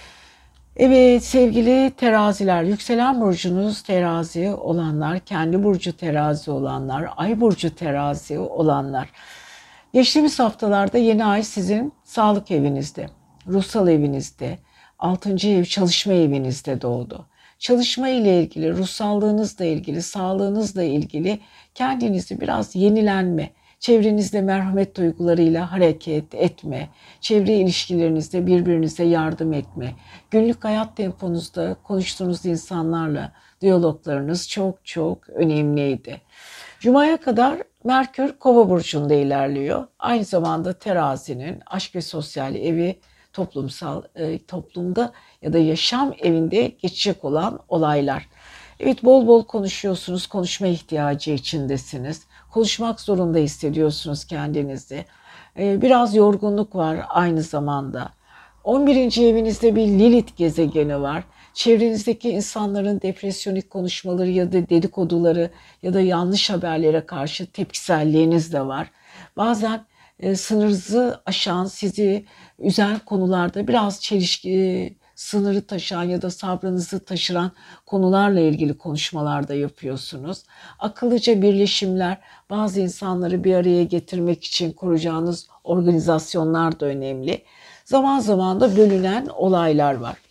Evet sevgili teraziler, yükselen burcunuz terazi olanlar, kendi burcu terazi olanlar, ay burcu terazi olanlar. Geçtiğimiz haftalarda yeni ay sizin sağlık evinizde, ruhsal evinizde, altıncı ev çalışma evinizde doğdu. Çalışma ile ilgili, ruhsallığınızla ilgili, sağlığınızla ilgili kendinizi biraz yenilenme, çevrenizde merhamet duygularıyla hareket etme, çevre ilişkilerinizde birbirinize yardım etme, günlük hayat temponuzda konuştuğunuz insanlarla diyaloglarınız çok çok önemliydi. Cuma'ya kadar Merkür Kova burcunda ilerliyor. Aynı zamanda terazinin aşk ve sosyal evi, toplumsal e, toplumda ya da yaşam evinde geçecek olan olaylar. Evet, bol bol konuşuyorsunuz, konuşma ihtiyacı içindesiniz. Konuşmak zorunda hissediyorsunuz kendinizi. E, biraz yorgunluk var aynı zamanda. on birinci evinizde bir Lilith gezegeni var. Çevrenizdeki insanların depresyonik konuşmaları ya da dedikoduları ya da yanlış haberlere karşı tepkiselliğiniz de var. Bazen e, sınırınızı aşan, sizi üzen konularda biraz çelişki, sınırı taşıyan ya da sabrınızı taşıran konularla ilgili konuşmalarda yapıyorsunuz. Akıllıca birleşimler, bazı insanları bir araya getirmek için kuracağınız organizasyonlar da önemli. Zaman zaman da bölünen olaylar var.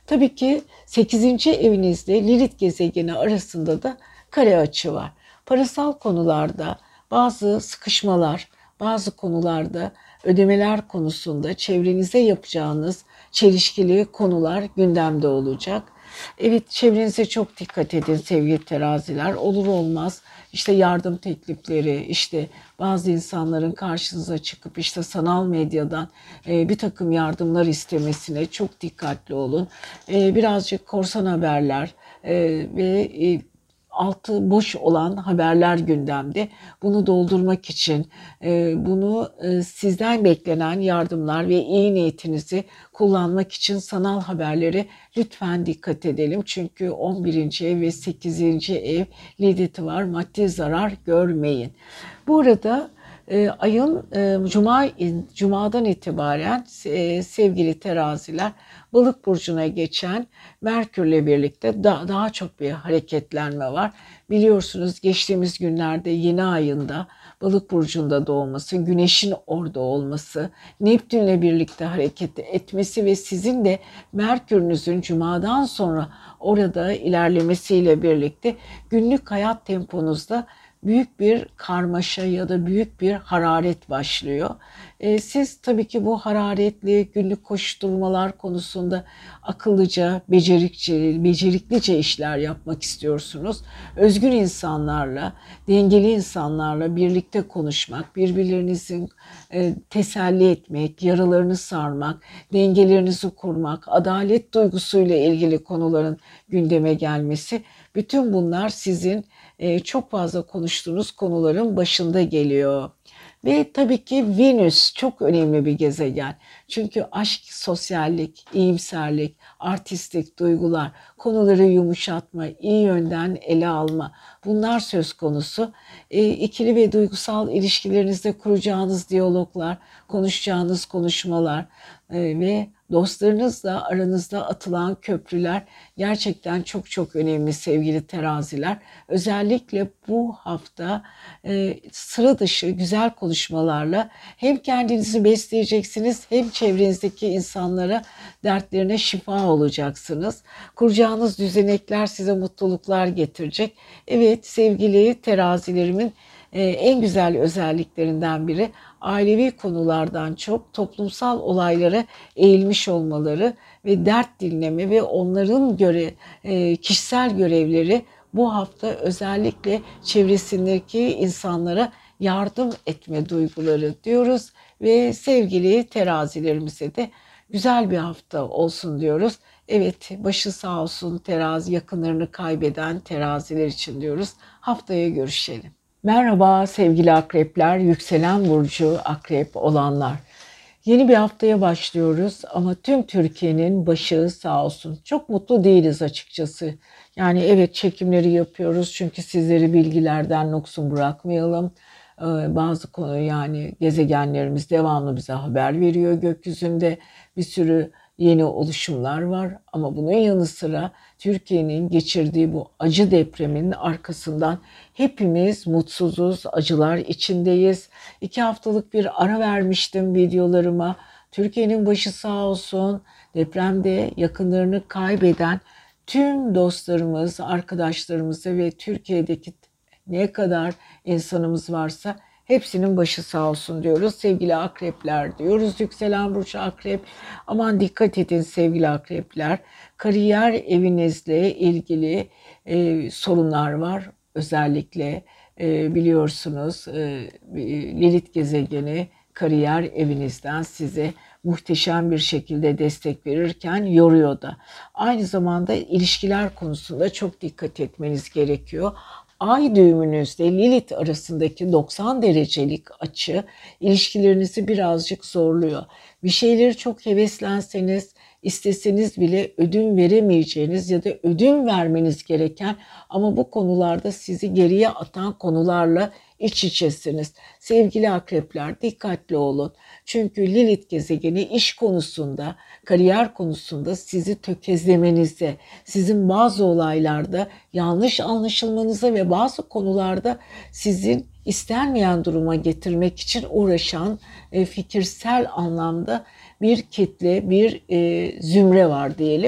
Tabii ki sekizinci evinizde Lilith gezegeni arasında da kare açı var. Parasal konularda bazı sıkışmalar, bazı konularda ödemeler konusunda çevrenize yapacağınız çelişkili konular gündemde olacak. Evet, çevrenize çok dikkat edin sevgili teraziler. Olur olmaz işte yardım teklifleri, işte bazı insanların karşınıza çıkıp işte sanal medyadan e, bir takım yardımlar istemesine çok dikkatli olun. E, birazcık korsan haberler e, ve e, altı boş olan haberler gündemde. Bunu doldurmak için, e, bunu e, sizden beklenen yardımlar ve iyi niyetinizi kullanmak için sanal haberlere lütfen dikkat edelim. Çünkü on birinci ev ve sekizinci ev Lilith'i var. Maddi zarar görmeyin. Bu arada e, ayın e, Cuma, Cuma'dan itibaren e, sevgili teraziler Balık burcuna geçen Merkür'le birlikte daha, daha çok bir hareketlenme var. Biliyorsunuz geçtiğimiz günlerde yeni ayında Balık burcunda doğması, Güneş'in orada olması, Neptün'le birlikte hareket etmesi ve sizin de Merkür'ünüzün Cuma'dan sonra orada ilerlemesiyle birlikte günlük hayat temponuzda büyük bir karmaşa ya da büyük bir hararet başlıyor. Ee, siz tabii ki bu hararetli günlük koşturmalar konusunda akıllıca, becerikçi, beceriklice işler yapmak istiyorsunuz. Özgür insanlarla, dengeli insanlarla birlikte konuşmak, birbirlerinizin e, teselli etmek, yaralarını sarmak, dengelerinizi kurmak, adalet duygusuyla ilgili konuların gündeme gelmesi, bütün bunlar sizin çok fazla konuştuğunuz konuların başında geliyor. Ve tabii ki Venüs çok önemli bir gezegen. Çünkü aşk, sosyallik, iyimserlik, artistik duygular, konuları yumuşatma, iyi yönden ele alma, bunlar söz konusu. E, ikili ve duygusal ilişkilerinizde kuracağınız diyaloglar, konuşacağınız konuşmalar e, ve dostlarınızla aranızda atılan köprüler gerçekten çok çok önemli sevgili teraziler. Özellikle bu hafta e, sıra dışı güzel konuşmalarla hem kendinizi besleyeceksiniz hem çevrenizdeki insanlara dertlerine şifa olacaksınız. Kuracağınız düzenekler size mutluluklar getirecek. Evet sevgili terazilerimin e, en güzel özelliklerinden biri ailevi konulardan çok toplumsal olaylara eğilmiş olmaları ve dert dinleme ve onların göre e, kişisel görevleri bu hafta özellikle çevresindeki insanlara yardım etme duyguları diyoruz ve sevgili terazilerimize de güzel bir hafta olsun diyoruz. Evet, başı sağ olsun terazi, yakınlarını kaybeden teraziler için diyoruz. Haftaya görüşelim. Merhaba sevgili akrepler, yükselen burcu akrep olanlar. Yeni bir haftaya başlıyoruz ama tüm Türkiye'nin başı sağ olsun. Çok mutlu değiliz açıkçası. Yani evet, çekimleri yapıyoruz çünkü sizleri bilgilerden yoksun bırakmayalım. Ee, bazı konu yani gezegenlerimiz devamlı bize haber veriyor. Gökyüzünde bir sürü yeni oluşumlar var ama bunun yanı sıra Türkiye'nin geçirdiği bu acı depremin arkasından hepimiz mutsuzuz, acılar içindeyiz. İki haftalık bir ara vermiştim videolarıma. Türkiye'nin başı sağ olsun. Depremde yakınlarını kaybeden tüm dostlarımız, arkadaşlarımızı ve Türkiye'deki ne kadar insanımız varsa hepsinin başı sağ olsun diyoruz. Sevgili akrepler diyoruz. Yükselen burcu akrep. Aman dikkat edin sevgili akrepler. Kariyer evinizle ilgili e, sorunlar var. Özellikle e, biliyorsunuz e, Lilith gezegeni kariyer evinizden size muhteşem bir şekilde destek verirken yoruyor da. Aynı zamanda ilişkiler konusunda çok dikkat etmeniz gerekiyor. Ay düğümünüzle Lilith arasındaki doksan derecelik açı ilişkilerinizi birazcık zorluyor. Bir şeyleri çok heveslenseniz, isteseniz bile ödün veremeyeceğiniz ya da ödün vermeniz gereken ama bu konularda sizi geriye atan konularla iç içesiniz. Sevgili akrepler dikkatli olun. Çünkü Lilith gezegeni iş konusunda, kariyer konusunda sizi tökezlemenize, sizin bazı olaylarda yanlış anlaşılmanıza ve bazı konularda sizin istenmeyen duruma getirmek için uğraşan e, fikirsel anlamda bir kitle, bir e, zümre var diyelim.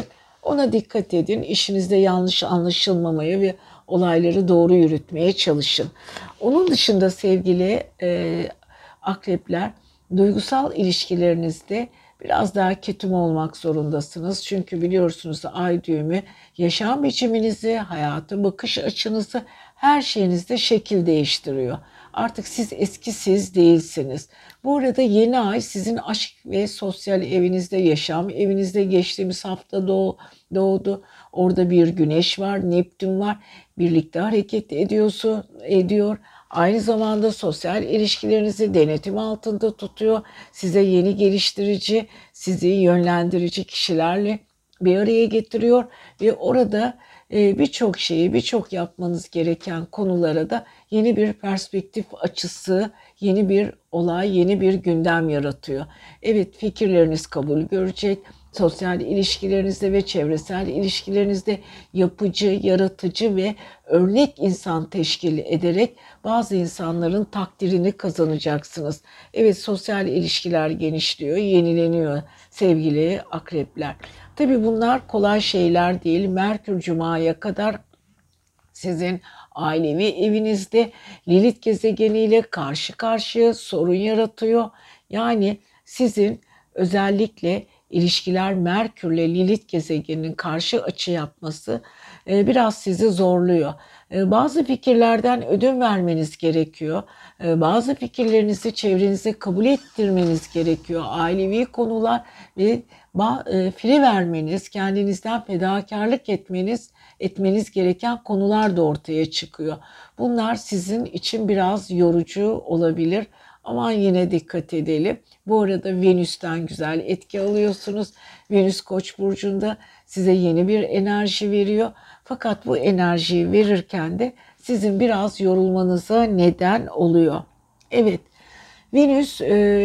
Ona dikkat edin. İşinizde yanlış anlaşılmamaya ve olayları doğru yürütmeye çalışın. Onun dışında sevgili e, akrepler, duygusal ilişkilerinizde biraz daha ketum olmak zorundasınız. Çünkü biliyorsunuz ay düğümü yaşam biçiminizi, hayata bakış açınızı, her şeyinizde şekil değiştiriyor. Artık siz eski siz değilsiniz. Bu arada yeni ay sizin aşk ve sosyal evinizde, yaşam evinizde geçtiğimiz hafta doğdu. Orada bir güneş var, Neptün var. Birlikte hareket ediyorsun, ediyor. Aynı zamanda sosyal ilişkilerinizi denetim altında tutuyor. Size yeni geliştirici, sizi yönlendirici kişilerle bir araya getiriyor ve orada birçok şeyi, birçok yapmanız gereken konulara da yeni bir perspektif açısı, yeni bir olay, yeni bir gündem yaratıyor. Evet, fikirleriniz kabul görecek. Sosyal ilişkilerinizde ve çevresel ilişkilerinizde yapıcı, yaratıcı ve örnek insan teşkil ederek bazı insanların takdirini kazanacaksınız. Evet, sosyal ilişkiler genişliyor, yenileniyor sevgili akrepler. Tabii bunlar kolay şeyler değil. Merkür Cuma'ya kadar sizin ailevi evinizde Lilith gezegeniyle karşı karşıya sorun yaratıyor. Yani sizin özellikle ilişkiler Merkürle Lilith gezegeninin karşı açı yapması biraz sizi zorluyor. Bazı fikirlerden ödün vermeniz gerekiyor. Bazı fikirlerinizi çevrenize kabul ettirmeniz gerekiyor. Ailevi konular ve fire vermeniz, kendinizden fedakarlık etmeniz etmeniz gereken konular da ortaya çıkıyor. Bunlar sizin için biraz yorucu olabilir. Ama yine dikkat edelim. Bu arada Venüs'ten güzel etki alıyorsunuz. Venüs Koç burcunda size yeni bir enerji veriyor. Fakat bu enerjiyi verirken de sizin biraz yorulmanıza neden oluyor. Evet, Venüs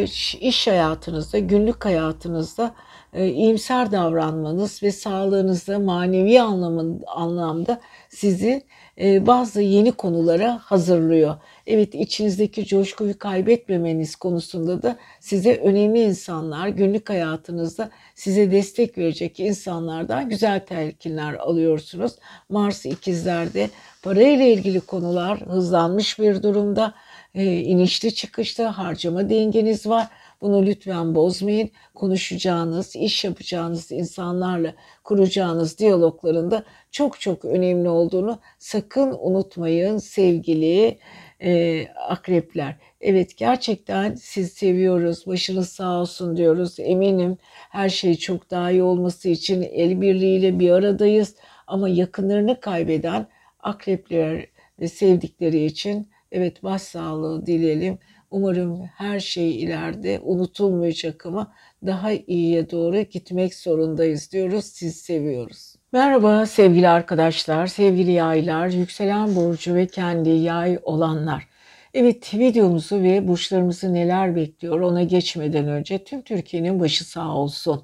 iş hayatınızda, günlük hayatınızda iyimser davranmanız ve sağlığınızda manevi anlamın, anlamda sizi bazı yeni konulara hazırlıyor. Evet, içinizdeki coşkuyu kaybetmemeniz konusunda da size önemli insanlar, günlük hayatınızda size destek verecek insanlardan güzel telkinler alıyorsunuz. Mars ikizlerde parayla ilgili konular hızlanmış bir durumda. İnişli çıkışlı harcama dengeniz var. Bunu lütfen bozmayın. Konuşacağınız, iş yapacağınız insanlarla kuracağınız diyaloglarında çok çok önemli olduğunu sakın unutmayın sevgili e, akrepler. Evet, gerçekten sizi seviyoruz. Başınız sağ olsun diyoruz. Eminim her şey çok daha iyi olması için el birliğiyle bir aradayız. Ama yakınlarını kaybeden akrepler ve sevdikleri için evet, başsağlığı dileyelim. Umarım her şey ileride unutulmayacak ama daha iyiye doğru gitmek zorundayız diyoruz. Sizi seviyoruz. Merhaba sevgili arkadaşlar, sevgili yaylar, yükselen burcu ve kendi yay olanlar. Evet, videomuzu ve burçlarımızı neler bekliyor ona geçmeden önce tüm Türkiye'nin başı sağ olsun.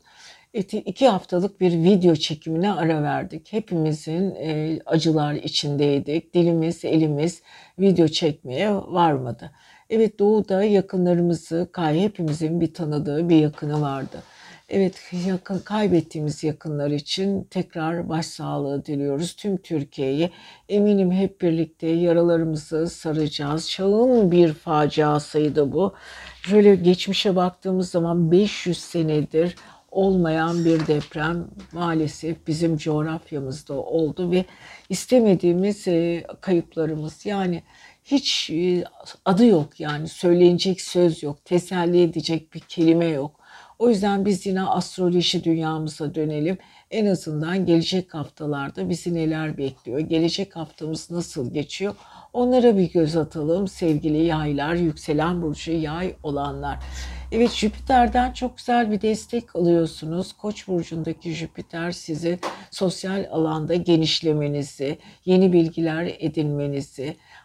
İki haftalık bir video çekimine ara verdik. Hepimizin e, acılar içindeydik. Dilimiz, elimiz video çekmeye varmadı. Evet, Doğu'da yakınlarımızı, hepimizin bir tanıdığı bir yakını vardı. Evet, yakın kaybettiğimiz yakınlar için tekrar başsağlığı diliyoruz tüm Türkiye'ye. Eminim hep birlikte yaralarımızı saracağız. Çağın bir faciasıydı bu. Şöyle geçmişe baktığımız zaman beş yüz senedir olmayan bir deprem maalesef bizim coğrafyamızda oldu ve istemediğimiz kayıplarımız, yani hiç adı yok, yani söylenecek söz yok, teselli edecek bir kelime yok. O yüzden biz yine astroloji dünyamıza dönelim. En azından gelecek haftalarda bizi neler bekliyor, gelecek haftamız nasıl geçiyor, onlara bir göz atalım sevgili yaylar, yükselen burcu yay olanlar. Evet, Jüpiter'den çok güzel bir destek alıyorsunuz. Koç burcundaki Jüpiter sizin sosyal alanda genişlemenizi, yeni bilgiler edinmenizi,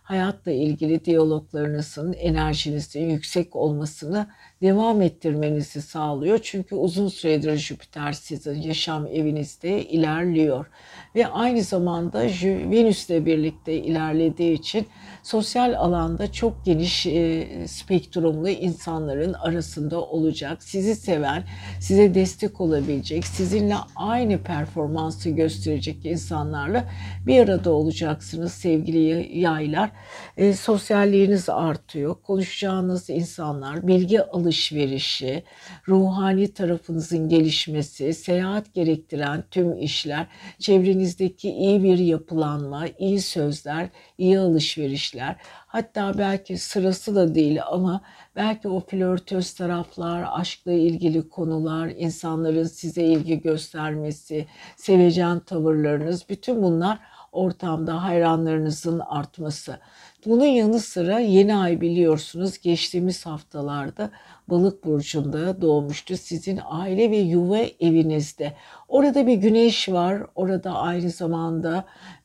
hayatla ilgili diyaloglarınızın, enerjinizin yüksek olmasını devam ettirmenizi sağlıyor. Çünkü uzun süredir Jüpiter sizin yaşam evinizde ilerliyor. Ve aynı zamanda Venüs'le birlikte ilerlediği için sosyal alanda çok geniş e, spektrumlu insanların arasında olacak. Sizi seven, size destek olabilecek, sizinle aynı performansı gösterecek insanlarla bir arada olacaksınız sevgili yaylar. E, sosyalliğiniz artıyor. Konuşacağınız insanlar, bilgi alışverişi, ruhani tarafınızın gelişmesi, seyahat gerektiren tüm işler, çevrenizdeki iyi bir yapılanma, iyi sözler, iyi alışverişler, hatta belki sırası da değil ama belki o flörtöz taraflar, aşkla ilgili konular, insanların size ilgi göstermesi, sevecen tavırlarınız, bütün bunlar ortamda hayranlarınızın artması. Bunun yanı sıra yeni ay biliyorsunuz geçtiğimiz haftalarda Balık burcunda doğmuştu. Sizin aile ve yuva evinizde. Orada bir güneş var. Orada aynı zamanda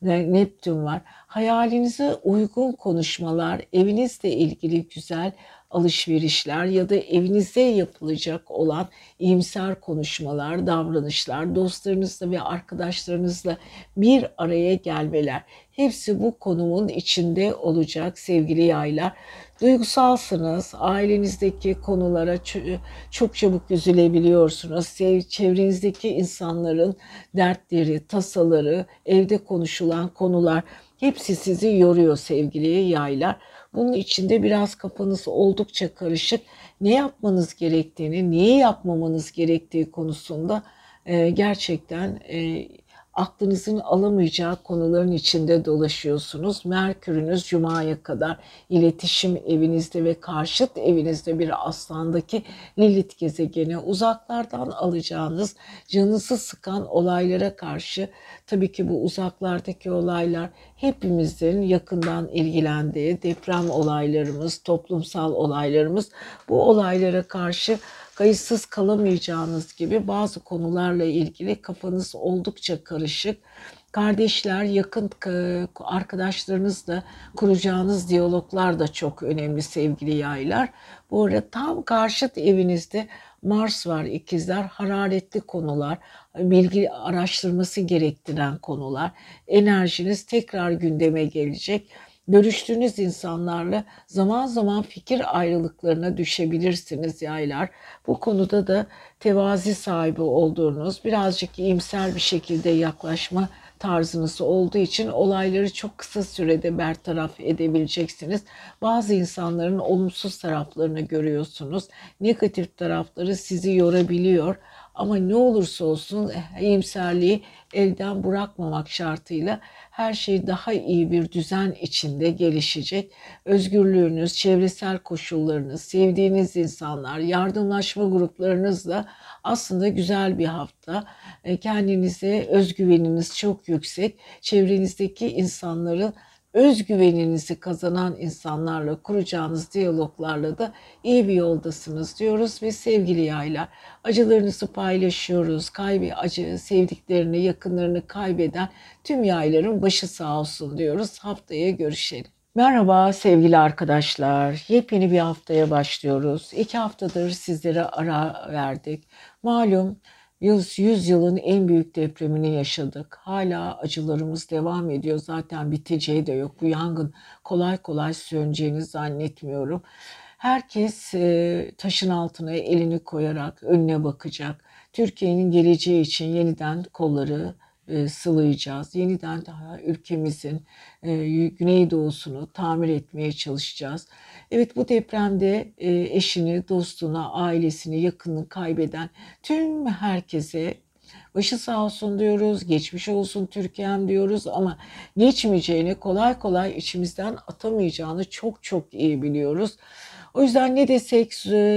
Neptün var. Hayalinize uygun konuşmalar, evinizle ilgili güzel alışverişler ya da evinize yapılacak olan iyimser konuşmalar, davranışlar, dostlarınızla ve arkadaşlarınızla bir araya gelmeler. Hepsi bu konumun içinde olacak sevgili yaylar. Duygusalsınız, ailenizdeki konulara çok çabuk üzülebiliyorsunuz. Çevrenizdeki insanların dertleri, tasaları, evde konuşulan konular hepsi sizi yoruyor sevgili yaylar. Bunun içinde biraz kafanız oldukça karışık. Ne yapmanız gerektiğini, neyi yapmamanız gerektiği konusunda e, gerçekten e, aklınızın alamayacağı konuların içinde dolaşıyorsunuz. Merkürünüz Cuma'ya kadar iletişim evinizde ve karşıt evinizde bir aslandaki Lilith gezegeni, uzaklardan alacağınız canınızı sıkan olaylara karşı, tabii ki bu uzaklardaki olaylar hepimizin yakından ilgilendiği deprem olaylarımız, toplumsal olaylarımız, bu olaylara karşı kayıtsız kalamayacağınız gibi bazı konularla ilgili kafanız oldukça karışık. Kardeşler, yakın arkadaşlarınızla kuracağınız diyaloglar da çok önemli sevgili yaylar. Bu arada tam karşıt evinizde Mars var ikizler, hararetli konular, bilgi araştırması gerektiren konular, enerjiniz tekrar gündeme gelecek. Görüştüğünüz insanlarla zaman zaman fikir ayrılıklarına düşebilirsiniz yaylar. Bu konuda da tevazi sahibi olduğunuz, birazcık iyimser bir şekilde yaklaşma tarzınız olduğu için olayları çok kısa sürede bertaraf edebileceksiniz. Bazı insanların olumsuz taraflarını görüyorsunuz. Negatif tarafları sizi yorabiliyor. Ama ne olursa olsun iyimserliği elden bırakmamak şartıyla her şey daha iyi bir düzen içinde gelişecek. Özgürlüğünüz, çevresel koşullarınız, sevdiğiniz insanlar, yardımlaşma gruplarınızla aslında güzel bir hafta. Kendinize özgüveniniz çok yüksek. Çevrenizdeki insanların özgüveninizi kazanan insanlarla kuracağınız diyaloglarla da iyi bir yoldasınız diyoruz ve sevgili yaylar, acılarınızı paylaşıyoruz. Kaybı, acı, sevdiklerini, yakınlarını kaybeden tüm yayların başı sağ olsun diyoruz. Haftaya görüşelim. Merhaba sevgili arkadaşlar. Yepyeni bir haftaya başlıyoruz. İki haftadır sizlere ara verdik. Malum yüz yılın en büyük depremini yaşadık. Hala acılarımız devam ediyor. Zaten biteceği de yok. Bu yangın kolay kolay söneceğini zannetmiyorum. Herkes e, taşın altına elini koyarak önüne bakacak. Türkiye'nin geleceği için yeniden kolları e, sıvayacağız. Yeniden daha ülkemizin e, güneydoğusunu tamir etmeye çalışacağız. Evet, bu depremde e, eşini, dostunu, ailesini, yakınını kaybeden tüm herkese başı sağ olsun diyoruz, geçmiş olsun Türkiye'm diyoruz ama geçmeyeceğini, kolay kolay içimizden atamayacağını çok çok iyi biliyoruz. O yüzden ne desek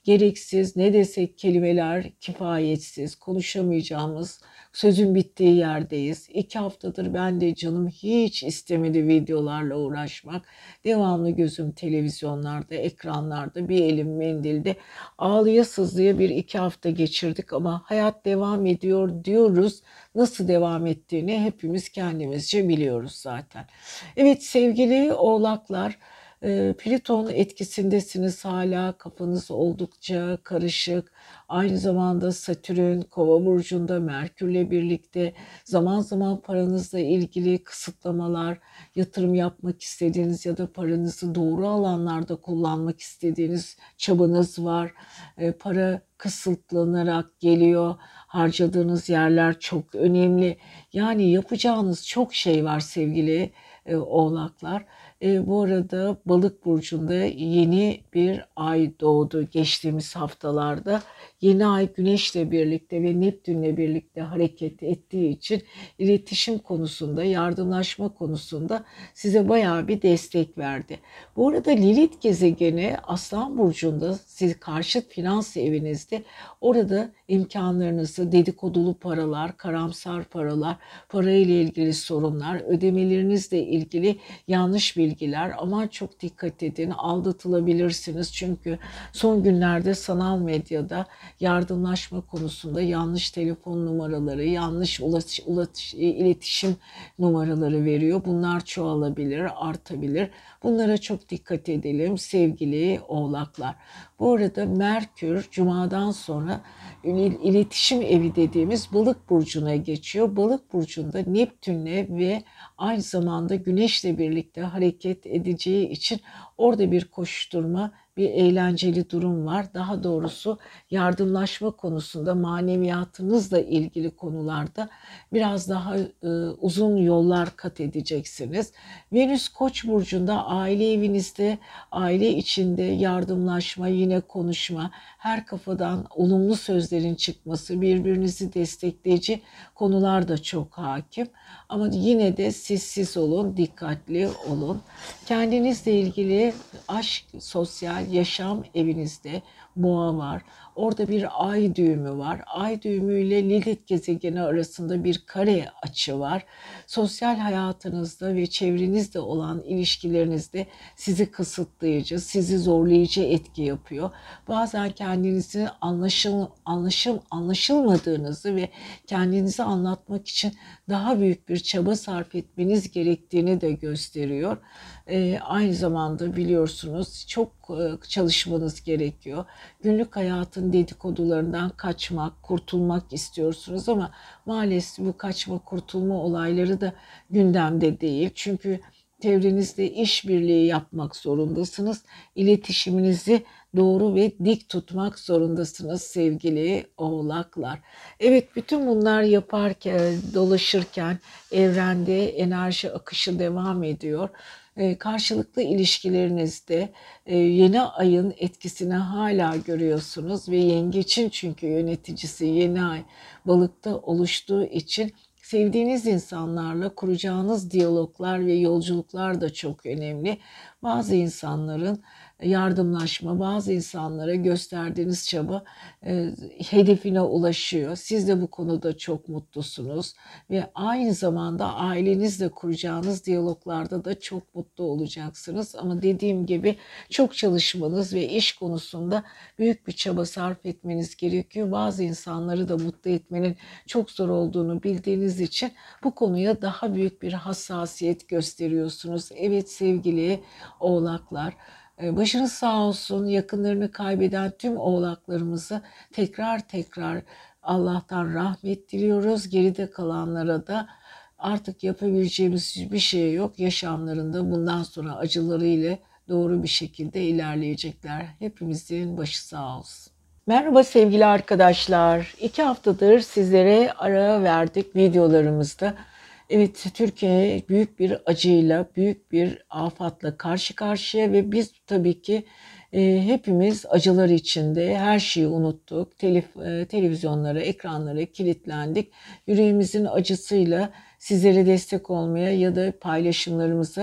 gereksiz, ne desek kelimeler kifayetsiz, konuşamayacağımız, sözün bittiği yerdeyiz. İki haftadır ben de canım hiç istemedi videolarla uğraşmak. Devamlı gözüm televizyonlarda, ekranlarda, bir elim mendilde. Ağlıya sızlıya bir iki hafta geçirdik ama hayat devam ediyor diyoruz. Nasıl devam ettiğini hepimiz kendimizce biliyoruz zaten. Evet sevgili oğlaklar, e, Plüton etkisindesiniz hala, kafanız oldukça karışık. Aynı zamanda Satürn Kova burcunda Merkürle birlikte zaman zaman paranızla ilgili kısıtlamalar, yatırım yapmak istediğiniz ya da paranızı doğru alanlarda kullanmak istediğiniz çabanız var. E, para kısıtlanarak geliyor. Harcadığınız yerler çok önemli. Yani yapacağınız çok şey var sevgili e, oğlaklar. E, bu arada Balık burcunda yeni bir ay doğdu geçtiğimiz haftalarda. Yeni ay Güneş'le birlikte ve Neptün'le birlikte hareket ettiği için iletişim konusunda, yardımlaşma konusunda size bayağı bir destek verdi. Bu arada Lilith gezegeni Aslan burcunda, siz karşıt finans evinizde, orada imkanlarınızı, dedikodulu paralar, karamsar paralar, parayla ilgili sorunlar, ödemelerinizle ilgili yanlış bilgiler, aman çok dikkat edin, aldatılabilirsiniz. Çünkü son günlerde sanal medyada yardımlaşma konusunda yanlış telefon numaraları, yanlış ulaş, ulaş, iletişim numaraları veriyor. Bunlar çoğalabilir, artabilir. Bunlara çok dikkat edelim sevgili oğlaklar. Bu arada Merkür Cuma'dan sonra iletişim evi dediğimiz Balık burcuna geçiyor. Balık burcunda Neptün'le ve aynı zamanda Güneş'le birlikte hareket edeceği için orada bir koşturma, bir eğlenceli durum var. Daha doğrusu yardımlaşma konusunda, maneviyatınızla ilgili konularda biraz daha e, uzun yollar kat edeceksiniz. Venüs Koç burcunda aile evinizde, aile içinde yardımlaşma, yine konuşma, her kafadan olumlu sözlerin çıkması, birbirinizi destekleyici konular da çok hakim. Ama yine de siz siz olun, dikkatli olun. Kendinizle ilgili aşk, sosyal yaşam evinizde boğa var. Orada bir ay düğümü var. Ay düğümüyle Lilith gezegeni arasında bir kare açı var. Sosyal hayatınızda ve çevrenizde olan ilişkilerinizde sizi kısıtlayıcı, sizi zorlayıcı etki yapıyor. Bazen kendinizi anlaşıl, anlaşıl, anlaşılmadığınızı ve kendinizi anlatmak için daha büyük bir çaba sarf etmeniz gerektiğini de gösteriyor. Ee, aynı zamanda biliyorsunuz çok e, çalışmanız gerekiyor. Günlük hayatın dedikodularından kaçmak, kurtulmak istiyorsunuz ama maalesef bu kaçma, kurtulma olayları da gündemde değil. Çünkü çevrenizde işbirliği yapmak zorundasınız. İletişiminizi doğru ve dik tutmak zorundasınız sevgili oğlaklar. Evet, bütün bunlar yaparken, dolaşırken evrende enerji akışı devam ediyor. Karşılıklı ilişkilerinizde yeni ayın etkisini hala görüyorsunuz ve yengeçin çünkü yöneticisi yeni ay balıkta oluştuğu için sevdiğiniz insanlarla kuracağınız diyaloglar ve yolculuklar da çok önemli. Bazı insanların yardımlaşma, bazı insanlara gösterdiğiniz çaba e, hedefine ulaşıyor. Siz de bu konuda çok mutlusunuz ve aynı zamanda ailenizle kuracağınız diyaloglarda da çok mutlu olacaksınız. Ama dediğim gibi çok çalışmanız ve iş konusunda büyük bir çaba sarf etmeniz gerekiyor. Bazı insanları da mutlu etmenin çok zor olduğunu bildiğiniz için bu konuya daha büyük bir hassasiyet gösteriyorsunuz. Evet sevgili oğlaklar, başınız sağ olsun. Yakınlarını kaybeden tüm oğlaklarımızı tekrar tekrar Allah'tan rahmet diliyoruz. Geride kalanlara da artık yapabileceğimiz hiçbir şey yok. Yaşamlarında bundan sonra acılarıyla doğru bir şekilde ilerleyecekler. Hepimizin başı sağ olsun. Merhaba sevgili arkadaşlar. İki haftadır sizlere ara verdik videolarımızda. Evet, Türkiye büyük bir acıyla, büyük bir afatla karşı karşıya ve biz tabii ki e, hepimiz acılar içinde her şeyi unuttuk. Telef, e, televizyonlara, ekranlara kilitlendik. Yüreğimizin acısıyla sizlere destek olmaya ya da paylaşımlarımıza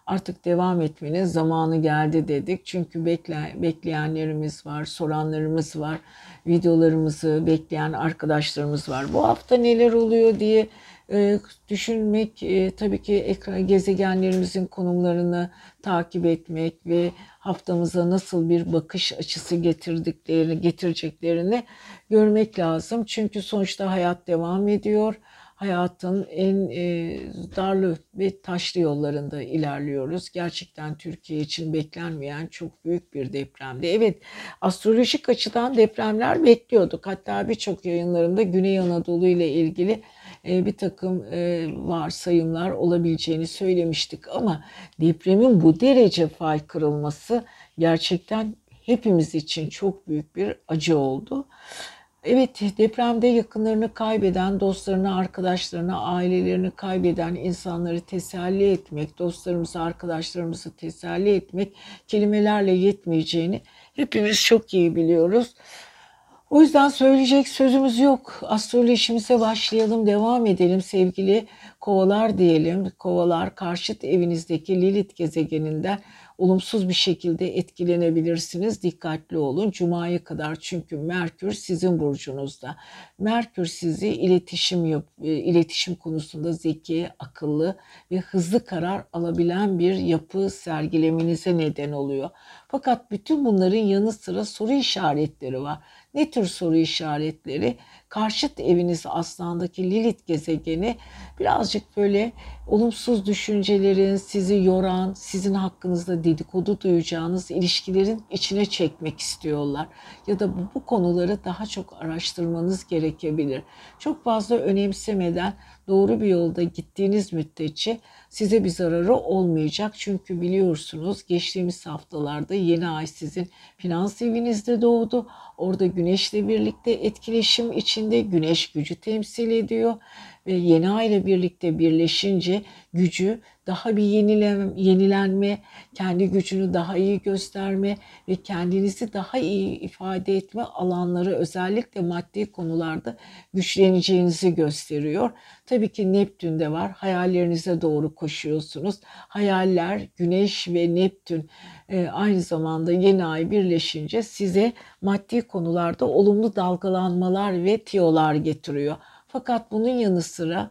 Artık devam etmenin zamanı geldi dedik. Çünkü bekle, bekleyenlerimiz var, soranlarımız var, videolarımızı bekleyen arkadaşlarımız var. Bu hafta neler oluyor diye e, düşünmek, e, tabii ki ekran, gezegenlerimizin konumlarını takip etmek ve haftamıza nasıl bir bakış açısı getirdiklerini, getireceklerini görmek lazım. Çünkü sonuçta hayat devam ediyor. Hayatın en e, darlı ve taşlı yollarında ilerliyoruz. Gerçekten Türkiye için beklenmeyen çok büyük bir depremdi. Evet, astrolojik açıdan depremler bekliyorduk. Hatta birçok yayınlarımda Güney Anadolu ile ilgili e, bir takım e, varsayımlar olabileceğini söylemiştik. Ama depremin bu derece fay kırılması gerçekten hepimiz için çok büyük bir acı oldu. Evet, depremde yakınlarını kaybeden, dostlarını, arkadaşlarını, ailelerini kaybeden insanları teselli etmek, dostlarımızı, arkadaşlarımızı teselli etmek kelimelerle yetmeyeceğini hepimiz çok iyi biliyoruz. O yüzden söyleyecek sözümüz yok. Astrolojimize başlayalım, devam edelim sevgili kovalar diyelim. Kovalar, karşıt evinizdeki Lilith gezegeninden olumsuz bir şekilde etkilenebilirsiniz. Dikkatli olun. Cuma'ya kadar, çünkü Merkür sizin burcunuzda. Merkür sizi iletişim yap, iletişim konusunda zeki, akıllı ve hızlı karar alabilen bir yapı sergilemenize neden oluyor. Fakat bütün bunların yanı sıra soru işaretleri var. Ne tür soru işaretleri? Karşıt eviniz Aslan'daki Lilith gezegeni birazcık böyle olumsuz düşüncelerin, sizi yoran, sizin hakkınızda dedikodu duyacağınız ilişkilerin içine çekmek istiyorlar. Ya da bu, bu konuları daha çok araştırmanız gerekebilir. Çok fazla önemsemeden doğru bir yolda gittiğiniz müddetçe size bir zararı olmayacak. Çünkü biliyorsunuz geçtiğimiz haftalarda yeni ay sizin finans evinizde doğdu. Orada Güneş'le birlikte etkileşim içinde, Güneş gücü temsil ediyor ve yeni ay ile birlikte birleşince gücü daha bir yenilen, yenilenme, kendi gücünü daha iyi gösterme ve kendinizi daha iyi ifade etme alanları, özellikle maddi konularda güçleneceğinizi gösteriyor. Tabii ki Neptün de var. Hayallerinize doğru koşuyorsunuz. Hayaller, Güneş ve Neptün e, aynı zamanda yeni ay birleşince size maddi konularda olumlu dalgalanmalar ve tiyolar getiriyor. Fakat bunun yanı sıra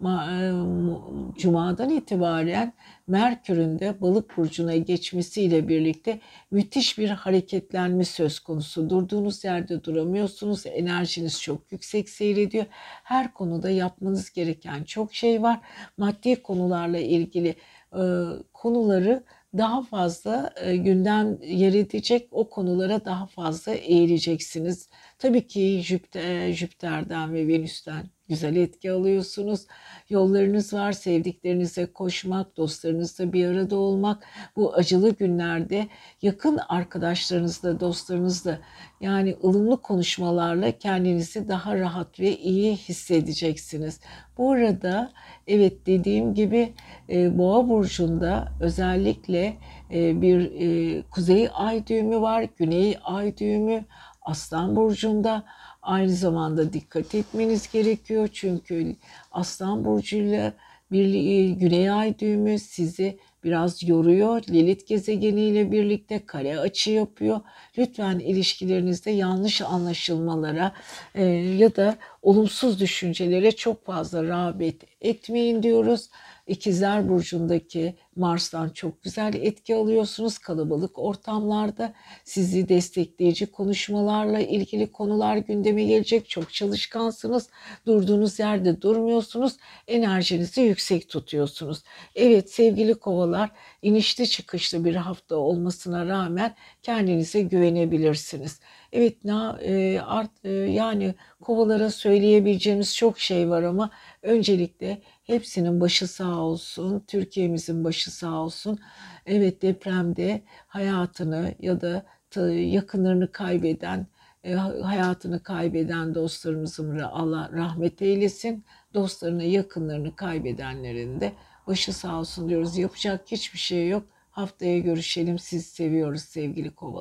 Cuma'dan itibaren Merkür'ün de Balık burcuna geçmesiyle birlikte müthiş bir hareketlenme söz konusu. Durduğunuz yerde duramıyorsunuz. Enerjiniz çok yüksek seyrediyor. Her konuda yapmanız gereken çok şey var. Maddi konularla ilgili e, konuları daha fazla e, gündem yer edecek, o konulara daha fazla eğileceksiniz. Tabii ki Jüpiter, Jüpiter'den ve Venüs'ten güzel etki alıyorsunuz. Yollarınız var, sevdiklerinize koşmak, dostlarınızla bir arada olmak. Bu acılı günlerde yakın arkadaşlarınızla, dostlarınızla, yani ılımlı konuşmalarla kendinizi daha rahat ve iyi hissedeceksiniz. Bu arada evet, dediğim gibi e, Boğa burcunda özellikle e, bir e, kuzey ay düğümü var, güney ay düğümü Aslan burcunda. Aynı zamanda dikkat etmeniz gerekiyor. Çünkü Aslan burcuyla bir e, güney ay düğümü sizi biraz yoruyor. Lilith gezegeniyle birlikte kare açı yapıyor. Lütfen ilişkilerinizde yanlış anlaşılmalara e, ya da olumsuz düşüncelere çok fazla rağbet etmeyin diyoruz. İkizler burcundaki Mars'tan çok güzel etki alıyorsunuz kalabalık ortamlarda. Sizi destekleyici konuşmalarla ilgili konular gündeme gelecek. Çok çalışkansınız. Durduğunuz yerde durmuyorsunuz. Enerjinizi yüksek tutuyorsunuz. Evet sevgili kovalar, inişli çıkışlı bir hafta olmasına rağmen kendinize güvenebilirsiniz. Evet, na, e, art, e, yani kovalara söyleyebileceğimiz çok şey var ama öncelikle hepsinin başı sağ olsun, Türkiye'mizin başı sağ olsun. Evet, depremde hayatını ya da yakınlarını kaybeden, e, hayatını kaybeden dostlarımızın Allah rahmet eylesin. Dostlarını, yakınlarını kaybedenlerin de başı sağ olsun diyoruz. Yapacak hiçbir şey yok. Haftaya görüşelim. Sizi seviyoruz sevgili kovalar.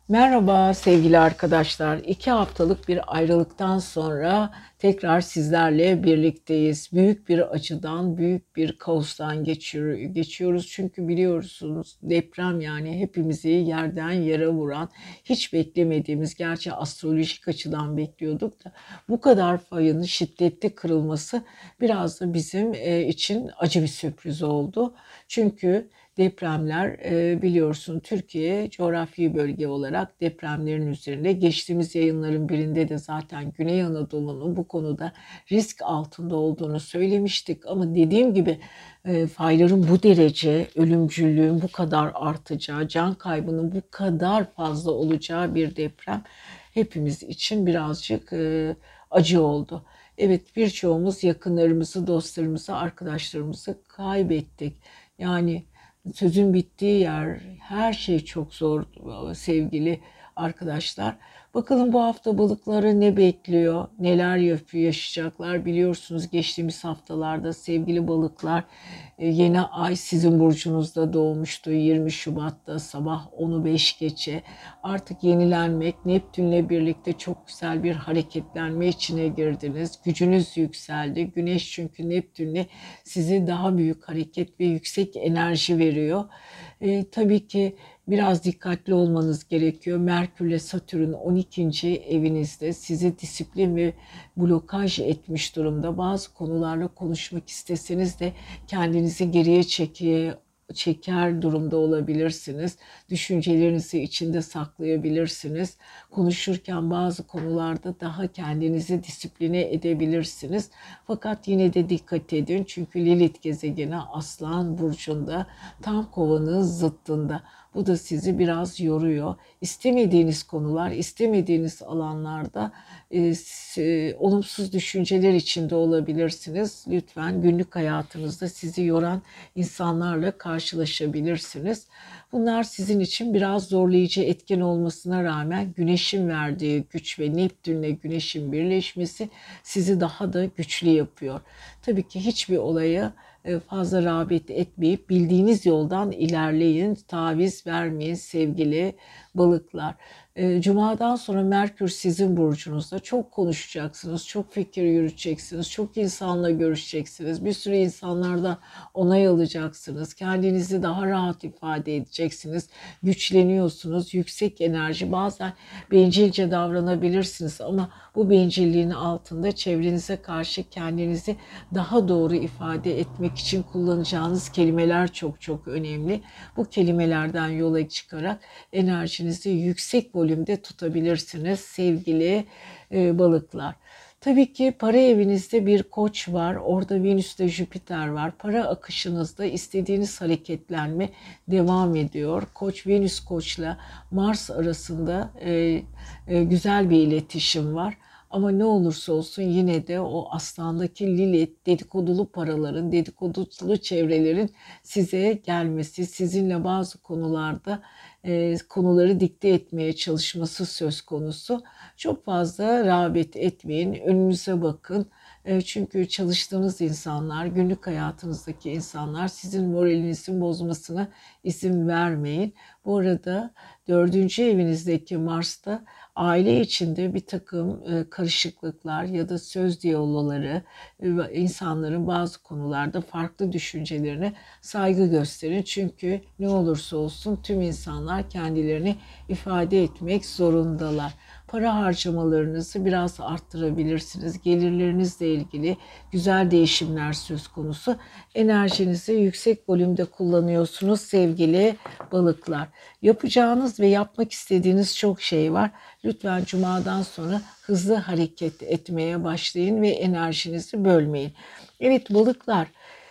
Merhaba sevgili arkadaşlar. İki haftalık bir ayrılıktan sonra tekrar sizlerle birlikteyiz. Büyük bir acıdan, büyük bir kaostan geçiyor, geçiyoruz. Çünkü biliyorsunuz deprem yani hepimizi yerden yere vuran, hiç beklemediğimiz, gerçi astrolojik açıdan bekliyorduk da bu kadar fayın şiddetli kırılması biraz da bizim e, için acı bir sürpriz oldu. Çünkü depremler e, biliyorsun Türkiye coğrafi bölge olarak depremlerin üzerinde. Geçtiğimiz yayınların birinde de zaten Güney Anadolu'nun bu konuda risk altında olduğunu söylemiştik. Ama dediğim gibi e, fayların bu derece, ölümcüllüğün bu kadar artacağı, can kaybının bu kadar fazla olacağı bir deprem hepimiz için birazcık e, acı oldu. Evet, birçoğumuz yakınlarımızı, dostlarımızı, arkadaşlarımızı kaybettik. Yani sözün bittiği yer, her şey çok zor sevgili arkadaşlar. Bakalım bu hafta balıkları ne bekliyor, neler yapıyor, yaşayacaklar. Biliyorsunuz geçtiğimiz haftalarda sevgili balıklar yeni ay sizin burcunuzda doğmuştu. yirmi Şubat'ta sabah onu beş geçe. Artık yenilenmek, Neptün'le birlikte çok güzel bir hareketlenme içine girdiniz. Gücünüz yükseldi. Güneş çünkü Neptün'le sizi daha büyük hareket ve yüksek enerji veriyor. E, tabii ki biraz dikkatli olmanız gerekiyor. Merkür ile Satürn on ikinci evinizde sizi disiplin ve blokaj etmiş durumda. Bazı konularla konuşmak isteseniz de kendinizi geriye çekiyor çeker durumda olabilirsiniz. Düşüncelerinizi içinde saklayabilirsiniz. Konuşurken bazı konularda daha kendinizi disipline edebilirsiniz. Fakat yine de dikkat edin. Çünkü Lilith gezegeni Aslan burcunda, tam Kovanın zıttında. Bu da sizi biraz yoruyor. İstemediğiniz konular, istemediğiniz alanlarda e, e, olumsuz düşünceler içinde olabilirsiniz. Lütfen günlük hayatınızda sizi yoran insanlarla karşılaşabilirsiniz. Bunlar sizin için biraz zorlayıcı etken olmasına rağmen Güneş'in verdiği güç ve Neptün'le Güneş'in birleşmesi sizi daha da güçlü yapıyor. Tabii ki hiçbir olaya fazla rağbet etmeyip bildiğiniz yoldan ilerleyin, taviz vermeyin sevgili balıklar. Cuma'dan sonra Merkür sizin burcunuzda, çok konuşacaksınız, çok fikir yürüteceksiniz, çok insanla görüşeceksiniz, bir sürü insanlardan onay alacaksınız, kendinizi daha rahat ifade edeceksiniz, güçleniyorsunuz, yüksek enerji, bazen bencilce davranabilirsiniz ama bu bencilliğin altında çevrenize karşı kendinizi daha doğru ifade etmek için kullanacağınız kelimeler çok çok önemli. Bu kelimelerden yola çıkarak enerjinizi yüksek volümde tutabilirsiniz sevgili e, balıklar. Tabii ki para evinizde bir koç var. Orada Venüs'te Jüpiter var. Para akışınızda istediğiniz hareketlenme devam ediyor. Koç, Venüs koçla Mars arasında e, e, güzel bir iletişim var. Ama ne olursa olsun yine de o aslandaki Lilith, dedikodulu paraların, dedikodulu çevrelerin size gelmesi, sizinle bazı konularda e, konuları dikte etmeye çalışması söz konusu. Çok fazla rağbet etmeyin, önünüze bakın. E, çünkü çalıştığınız insanlar, günlük hayatınızdaki insanlar sizin moralinizin bozmasına izin vermeyin. Bu arada dördüncü evinizdeki Mars'ta aile içinde bir takım e, karışıklıklar ya da söz diyaloğları, e, insanların bazı konularda farklı düşüncelerine saygı gösterin. Çünkü ne olursa olsun tüm insanlar kendilerini ifade etmek zorundalar. Para harcamalarınızı biraz arttırabilirsiniz. Gelirlerinizle ilgili güzel değişimler söz konusu. Enerjinizi yüksek volümde kullanıyorsunuz sevgili balıklar. Yapacağınız ve yapmak istediğiniz çok şey var. Lütfen Cuma'dan sonra hızlı hareket etmeye başlayın ve enerjinizi bölmeyin. Evet balıklar,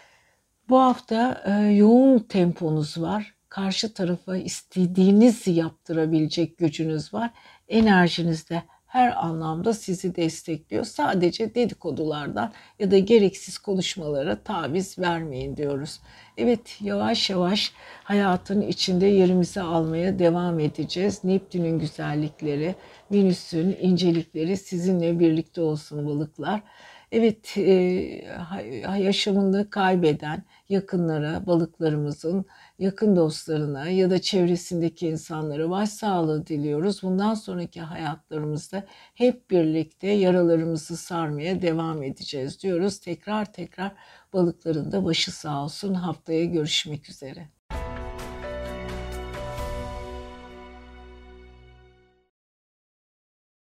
bu hafta e, yoğun temponuz var. Karşı tarafa istediğinizi yaptırabilecek gücünüz var. Enerjiniz de her anlamda sizi destekliyor. Sadece dedikodulardan ya da gereksiz konuşmalara taviz vermeyin diyoruz. Evet, yavaş yavaş hayatın içinde yerimizi almaya devam edeceğiz. Neptün'ün güzellikleri, Venüs'ün incelikleri sizinle birlikte olsun balıklar. Evet, e, ha- yaşamını kaybeden yakınlara, balıklarımızın yakın dostlarına ya da çevresindeki insanlara başsağlığı diliyoruz. Bundan sonraki hayatlarımızda hep birlikte yaralarımızı sarmaya devam edeceğiz diyoruz. Tekrar tekrar balıkların da başı sağ olsun. Haftaya görüşmek üzere.